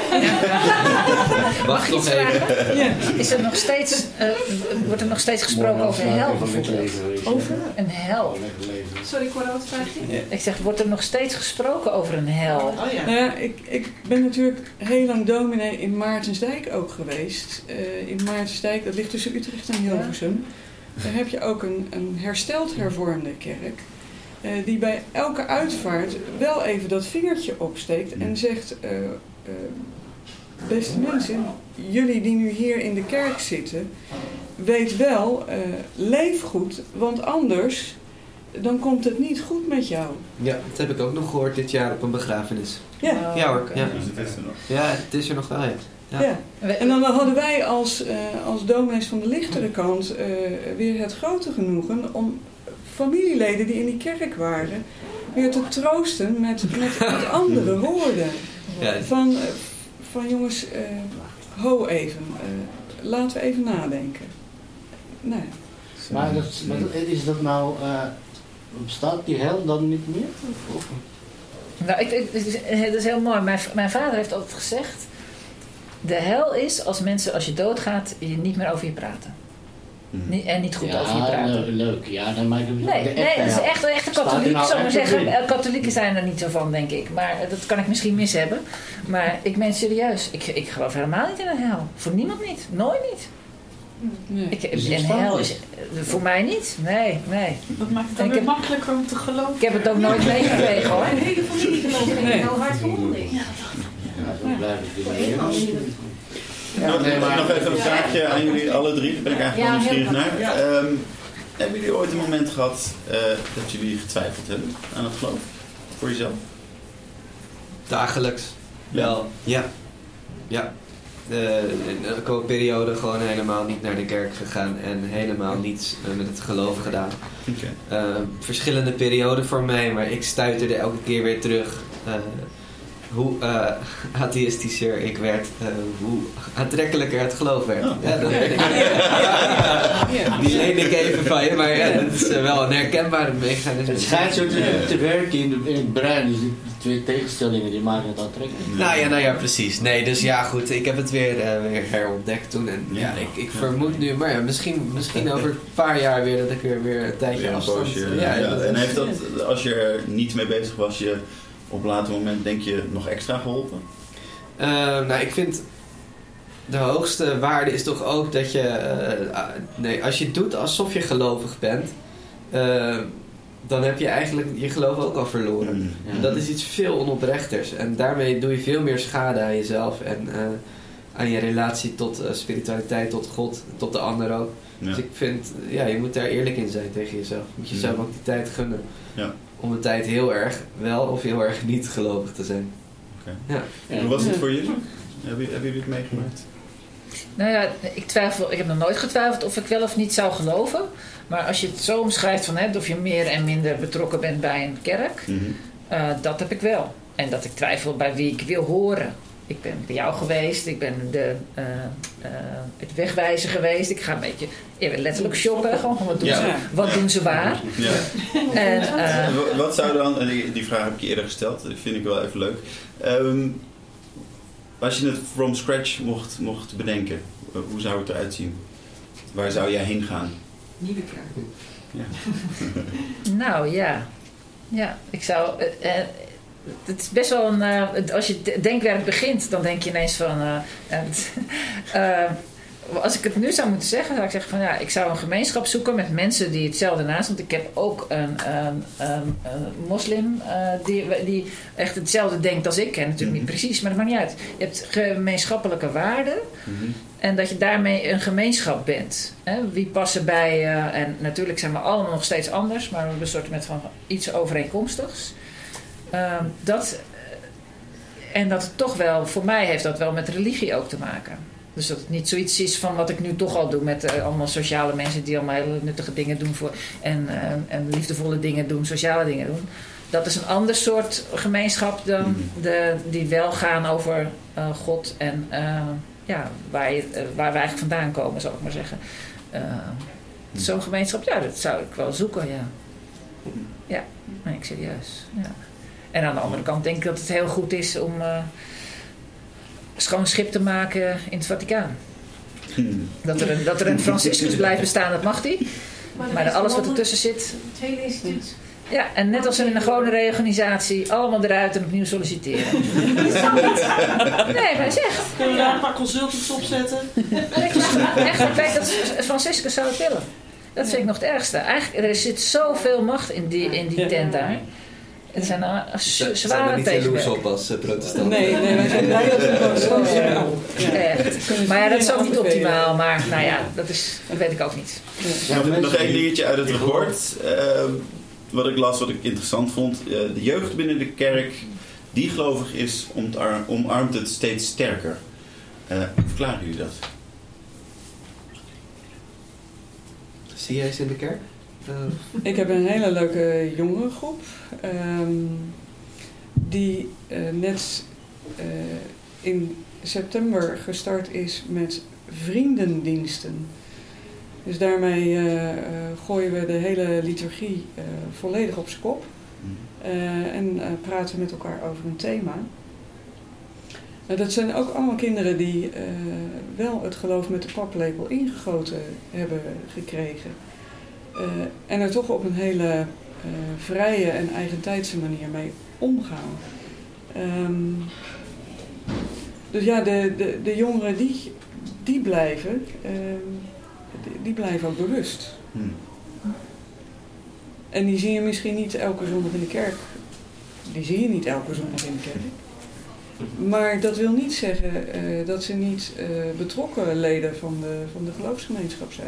Wacht nog even. Ja. Is er nog steeds, wordt er nog steeds gesproken over een hel bijvoorbeeld? Over een hel? Sorry, ik hoorde wat vraag je? Ik zeg, wordt er nog steeds gesproken over een hel? Oh, ja. Nou ja, ik ben natuurlijk heel lang dominee in Maartensdijk ook geweest. In Maartensdijk, dat ligt tussen Utrecht en Hilversum. Daar heb je ook een hersteld hervormde kerk. Die bij elke uitvaart wel even dat vingertje opsteekt en zegt... beste mensen, jullie die nu hier in de kerk zitten... weet wel, leef goed, want anders... dan komt het niet goed met jou. Ja, dat heb ik ook nog gehoord dit jaar op een begrafenis. Ja, ja hoor. Ja. Ja, het is er nog wel. Ja. En dan hadden wij als dominees van de lichtere kant weer het grote genoegen... om familieleden die in die kerk waren... weer te troosten met andere woorden. Ja. Van jongens, ho even. Laten we even nadenken. Nee. Maar is dat nou... bestaat die hel dan niet meer? Of? Nou, dat is heel mooi. Mijn vader heeft altijd gezegd... De hel is als mensen, als je doodgaat, je niet meer over je praten. En niet goed over je praten. Leuk. Ja, dan maak ik het nee, dat is echt een katholiek. Nou zou maar zeggen, katholieken zijn er niet zo van, denk ik. Maar dat kan ik misschien mis hebben. Maar ik meen serieus. Ik geloof helemaal niet in een hel. Voor niemand niet. Nooit niet. Nee. En hel is voor mij niet. Nee. Dat maakt het dan weer makkelijker om te geloven. Ik heb het ook nooit meegekregen, hoor. Een hele familie gelooft in heel hard verwonderd. Nog even een vraagje aan jullie alle drie. Daar ben ik eigenlijk wel nieuwsgierig naar. Hebben jullie ooit een moment gehad dat jullie getwijfeld hebben aan het geloof? Voor jezelf? Dagelijks. Wel. Ja. Ik heb een periode gewoon helemaal niet naar de kerk gegaan en helemaal niets met het geloof gedaan. Verschillende perioden voor mij, maar ik stuiterde elke keer weer terug. Hoe atheïstischer ik werd, hoe aantrekkelijker het geloof werd. Ja, dat weet ik. Die leen ik even van je, maar het is wel een herkenbare mechanisme. Het schijnt zo te werken in het brein, dus die twee tegenstellingen die maken het aantrekkelijk. Nou ja, precies. Nee, dus ja goed, ik heb het weer herontdekt toen. En ik vermoed nu, maar misschien over een paar jaar weer dat ik weer een tijdje afstand... En heeft dat, als je er niet mee bezig was, je... op een later moment denk je nog extra geholpen? Nou, ik vind de hoogste waarde is toch ook dat je... als je het doet alsof je gelovig bent... dan heb je eigenlijk je geloof ook al verloren. Ja. Dat is iets veel onoprechters. En daarmee doe je veel meer schade aan jezelf. En aan je relatie tot spiritualiteit, tot God, tot de ander ook. Ja. Dus ik vind, je moet daar eerlijk in zijn tegen jezelf. Je moet jezelf ook die tijd gunnen. Ja. Om een tijd heel erg wel of heel erg niet gelovig te zijn. Okay. Ja. En hoe was het voor jullie? Hebben jullie het meegemaakt? Nou ja, ik heb nog nooit getwijfeld of ik wel of niet zou geloven. Maar als je het zo omschrijft van of je meer en minder betrokken bent bij een kerk, dat heb ik wel. En dat ik twijfel bij wie ik wil horen. Ik ben bij jou geweest, ik ben het wegwijzer geweest. Ik ga een beetje letterlijk shoppen. Gewoon, wat doen ze waar? Ja. En, wat zou dan, en die vraag heb ik je eerder gesteld, dat vind ik wel even leuk. Als je het from scratch mocht bedenken, hoe zou het eruit zien? Waar zou jij heen gaan? Nieuwe kerk. Ja. Nou ja, ik zou... het is best wel als je denkwerk begint, dan denk je ineens van... als ik het nu zou moeten zeggen, zou ik zeggen van ik zou een gemeenschap zoeken met mensen die hetzelfde naast. Want ik heb ook een moslim die echt hetzelfde denkt als ik. En natuurlijk niet precies, maar dat maakt niet uit. Je hebt gemeenschappelijke waarden. En dat je daarmee een gemeenschap bent. Wie passen bij... en natuurlijk zijn we allemaal nog steeds anders, maar we hebben een soort van iets overeenkomstigs. En dat het toch wel, voor mij heeft dat wel met religie ook te maken. Dus dat het niet zoiets is van wat ik nu toch al doe met allemaal sociale mensen die allemaal hele nuttige dingen doen en liefdevolle dingen doen, sociale dingen doen. Dat is een ander soort gemeenschap dan die wel gaan over God en waar we eigenlijk vandaan komen, zal ik maar zeggen. Zo'n gemeenschap, dat zou ik wel zoeken, ja. Ja, nee, ik serieus. Ja. En aan de andere kant denk ik dat het heel goed is om schoon schip te maken in het Vaticaan. Dat er een Franciscus blijft bestaan, dat mag die. Maar alles wat ertussen zit... Het hele instituut. Ja, en net als in een gewone reorganisatie, allemaal eruit en opnieuw solliciteren. Dat zou niet. Nee, maar zegt. Kunnen we daar een paar consultants op zetten? Echt, ik denk dat Franciscus zou het willen. Dat vind ik nog het ergste. Eigenlijk, er zit zoveel macht in die tent daar. Er zijn zware niet jaloers op als protestant. Nee, wij zijn blij dat we protestant zijn. Echt. Maar dat is ook niet optimaal. Maar dat weet ik ook niet. Nog één dingetje uit het rapport. Wat ik las, wat ik interessant vond. De jeugd binnen de kerk die gelovig is, omarmt het steeds sterker. Verklaren jullie dat? Zie jij ze in de kerk? Ik heb een hele leuke jongerengroep die net in september gestart is met vriendendiensten. Dus daarmee gooien we de hele liturgie volledig op z'n kop en praten met elkaar over een thema. Dat zijn ook allemaal kinderen die wel het geloof met de paplepel ingegoten hebben gekregen. En er toch op een hele vrije en eigentijdse manier mee omgaan. Dus de jongeren die blijven, die blijven ook bewust. En die zie je misschien niet elke zondag in de kerk. Die zie je niet elke zondag in de kerk. Maar dat wil niet zeggen dat ze niet betrokken leden van de geloofsgemeenschap zijn.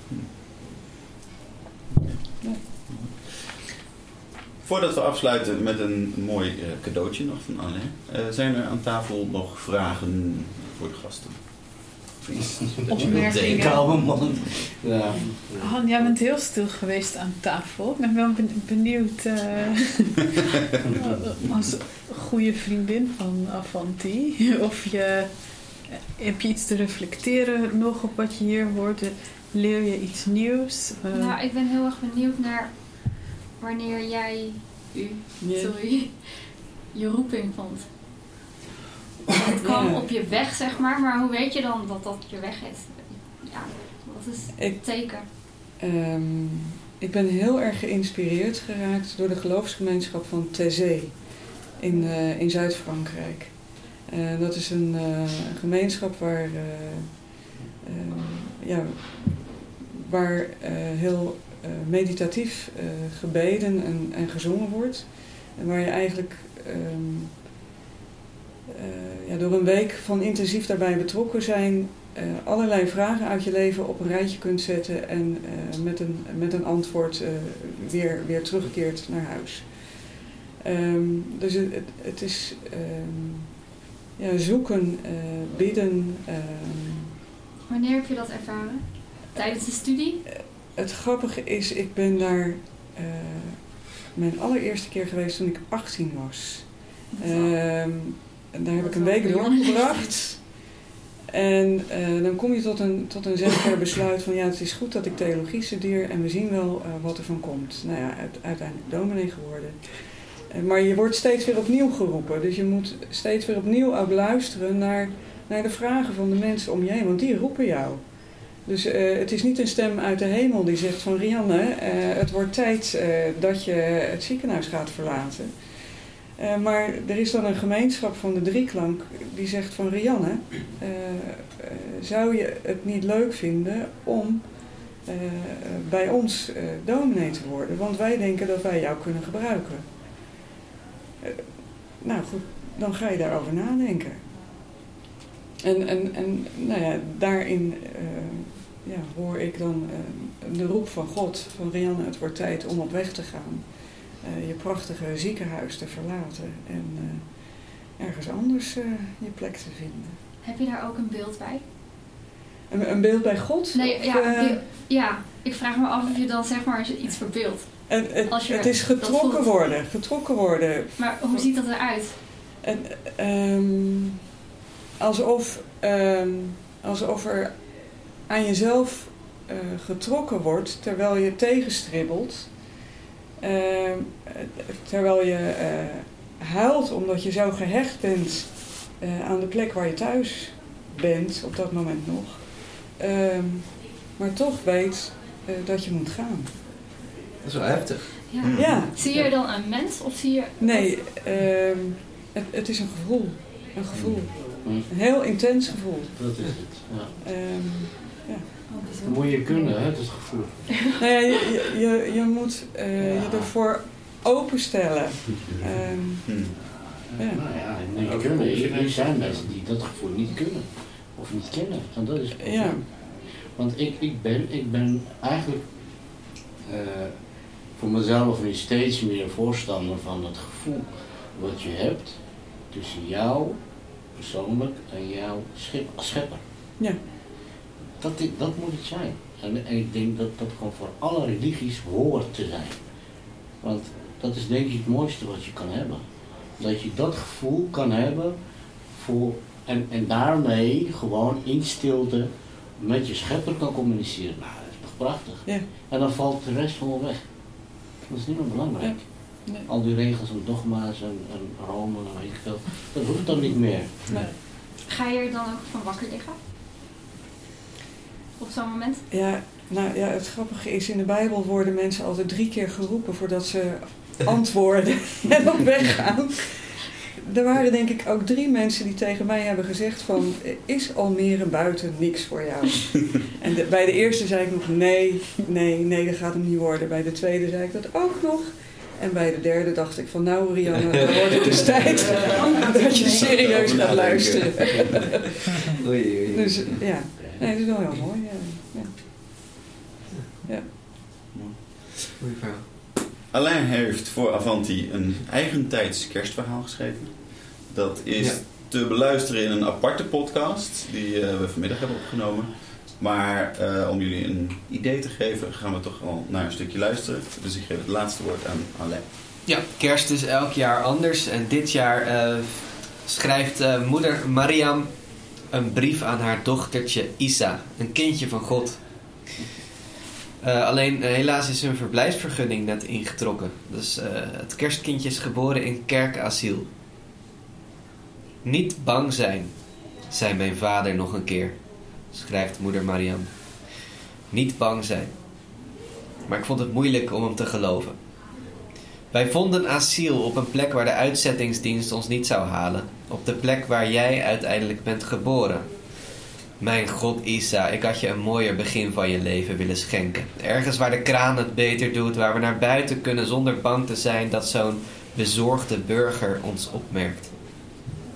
Ja. Voordat we afsluiten met een mooi cadeautje nog van Alain. Zijn er aan tafel nog vragen voor de gasten? Opmerkingen. Ja. Han, jij bent heel stil geweest aan tafel. Ik ben wel benieuwd als goede vriendin van Avanti. Heb je iets te reflecteren nog op wat je hier hoort? Leer je iets nieuws? Nou, ik ben heel erg benieuwd naar wanneer jij je roeping vond. Het kwam op je weg, zeg maar hoe weet je dan dat je weg is? Ja, wat is het teken? Ik ben heel erg geïnspireerd geraakt door de geloofsgemeenschap van Taizé in Zuid-Frankrijk. Dat is een gemeenschap waar heel meditatief gebeden en gezongen wordt. En waar je eigenlijk door een week van intensief daarbij betrokken zijn, allerlei vragen uit je leven op een rijtje kunt zetten en met een antwoord weer terugkeert naar huis. Dus het is zoeken, bidden. Wanneer heb je dat ervaren? Tijdens de studie? Het grappige is, ik ben daar mijn allereerste keer geweest toen ik 18 was. En daar heb ik een week doorgebracht. En dan kom je tot een zenker besluit van het is goed dat ik theologie studeer en we zien wel wat er van komt. Nou ja, uiteindelijk dominee geworden. Maar je wordt steeds weer opnieuw geroepen. Dus je moet steeds weer opnieuw ook luisteren naar de vragen van de mensen om je heen. Want die roepen jou. Dus het is niet een stem uit de hemel die zegt van Rianne, het wordt tijd dat je het ziekenhuis gaat verlaten. Maar er is dan een gemeenschap van de drieklank die zegt van Rianne, zou je het niet leuk vinden om bij ons dominee te worden? Want wij denken dat wij jou kunnen gebruiken. Nou goed, dan ga je daarover nadenken. En daarin hoor ik dan de roep van God, van Rianne, het wordt tijd om op weg te gaan. Je prachtige ziekenhuis te verlaten en ergens anders je plek te vinden. Heb je daar ook een beeld bij? Een beeld bij God? Nee, ik vraag me af of je dan zeg maar iets verbeeldt. Het is getrokken worden. Maar hoe ziet dat eruit? Alsof er aan jezelf getrokken wordt terwijl je tegenstribbelt. Terwijl je huilt omdat je zo gehecht bent aan de plek waar je thuis bent, op dat moment nog. Maar toch weet dat je moet gaan. Dat is wel heftig. Ja. Zie je dan een mens of zie je... Nee, het is een gevoel. Een gevoel. Een heel intens gevoel. Dat is het, ja. Ja. Dat moet je kunnen, hè, dat gevoel. Nou ja, je moet je ervoor openstellen. Er zijn mensen die dat gevoel niet kunnen. Of niet kennen. En dat is het probleem. Ja. Want ik ben eigenlijk voor mezelf nu steeds meer voorstander van het gevoel wat je hebt tussen jou persoonlijk en jouw schepper. Ja. Dat moet het zijn. En ik denk dat dat gewoon voor alle religies hoort te zijn. Want dat is denk ik het mooiste wat je kan hebben. Dat je dat gevoel kan hebben en daarmee gewoon in stilte met je schepper kan communiceren. Nou, dat is toch prachtig. Ja. En dan valt de rest gewoon weg. Dat is niet meer belangrijk. Ja. Nee. Al die regels en dogma's en Rome en weet ik veel. Dat hoeft dan niet meer. Nee. Ga je er dan ook van wakker liggen? Op zo'n moment? Ja, nou ja, het grappige is, in de Bijbel worden mensen altijd 3 keer geroepen voordat ze antwoorden en op weg gaan. Er waren denk ik ook 3 mensen die tegen mij hebben gezegd van, is Almere buiten niks voor jou? En bij de eerste zei ik nog nee, dat gaat hem niet worden. Bij de tweede zei ik dat ook nog. En bij de derde dacht ik van, nou Rianne, dan wordt het dus tijd dat je serieus gaat luisteren. Oei. Dus ja, nee, dat is wel heel mooi. Ja. Goeie verhaal. Alain heeft voor Avanti een eigentijds kerstverhaal geschreven. Dat is te beluisteren in een aparte podcast die we vanmiddag hebben opgenomen. Maar om jullie een idee te geven, gaan we toch al naar een stukje luisteren. Dus ik geef het laatste woord aan Alain. Ja, kerst is elk jaar anders. En dit jaar schrijft moeder Mariam een brief aan haar dochtertje Isa. Een kindje van God. Alleen helaas is hun verblijfsvergunning net ingetrokken. Dus het kerstkindje is geboren in kerkasiel. Niet bang zijn, zei mijn vader nog een keer, schrijft moeder Mariam. Niet bang zijn. Maar ik vond het moeilijk om hem te geloven. Wij vonden asiel op een plek waar de uitzettingsdienst ons niet zou halen. Op de plek waar jij uiteindelijk bent geboren. Mijn God, Isa, ik had je een mooier begin van je leven willen schenken. Ergens waar de kraan het beter doet, waar we naar buiten kunnen zonder bang te zijn dat zo'n bezorgde burger ons opmerkt.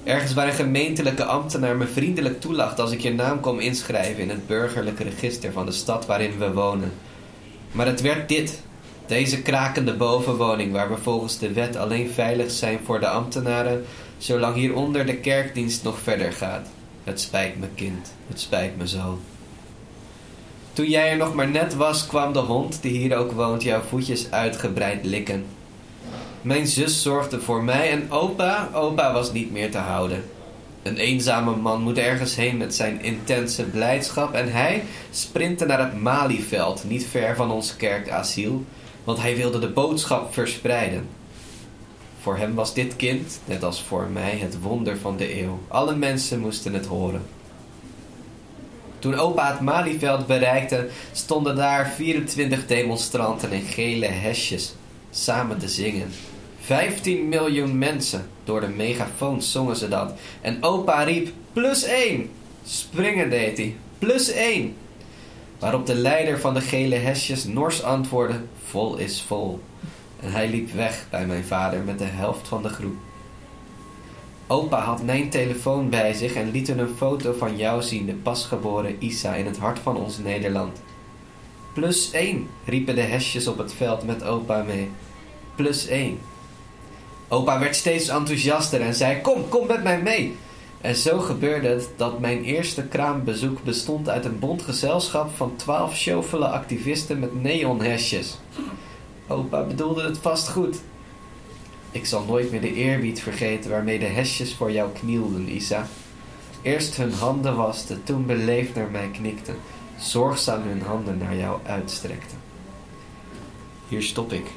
Ergens waar een gemeentelijke ambtenaar me vriendelijk toelacht als ik je naam kom inschrijven in het burgerlijke register van de stad waarin we wonen. Maar het werd dit. Deze krakende bovenwoning waar we volgens de wet alleen veilig zijn voor de ambtenaren, zolang hieronder de kerkdienst nog verder gaat. Het spijt me, kind. Het spijt me zo. Toen jij er nog maar net was, kwam de hond die hier ook woont jouw voetjes uitgebreid likken. Mijn zus zorgde voor mij en opa was niet meer te houden. Een eenzame man moet ergens heen met zijn intense blijdschap en hij sprintte naar het Malieveld, niet ver van ons kerkasiel, want hij wilde de boodschap verspreiden. Voor hem was dit kind, net als voor mij, het wonder van de eeuw. Alle mensen moesten het horen. Toen opa het Malieveld bereikte, stonden daar 24 demonstranten in gele hesjes samen te zingen. 15 miljoen mensen. Door de megafoon zongen ze dat. En opa riep, +1. Springen deed hij, +1. Waarop de leider van de gele hesjes nors antwoordde, vol is vol. En hij liep weg bij mijn vader met de helft van de groep. Opa had mijn telefoon bij zich en liet hun een foto van jou zien, de pasgeboren Isa in het hart van ons Nederland. +1, riepen de hesjes op het veld met opa mee. +1. Opa werd steeds enthousiaster en zei, kom met mij mee. En zo gebeurde het dat mijn eerste kraambezoek bestond uit een bond gezelschap van 12 sjofele activisten met neonhesjes. Opa bedoelde het vast goed. Ik zal nooit meer de eerbied vergeten waarmee de hesjes voor jou knielden, Isa. Eerst hun handen wasten, toen beleefd naar mij knikten, zorgzaam hun handen naar jou uitstrekten. Hier stop ik.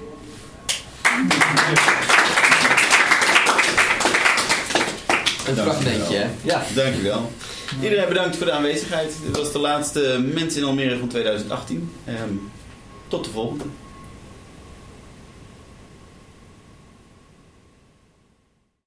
Een fragmentje, hè? Ja. Dankjewel. Iedereen bedankt voor de aanwezigheid. Dit was de laatste Mensen in Almere van 2018. Tot de volgende.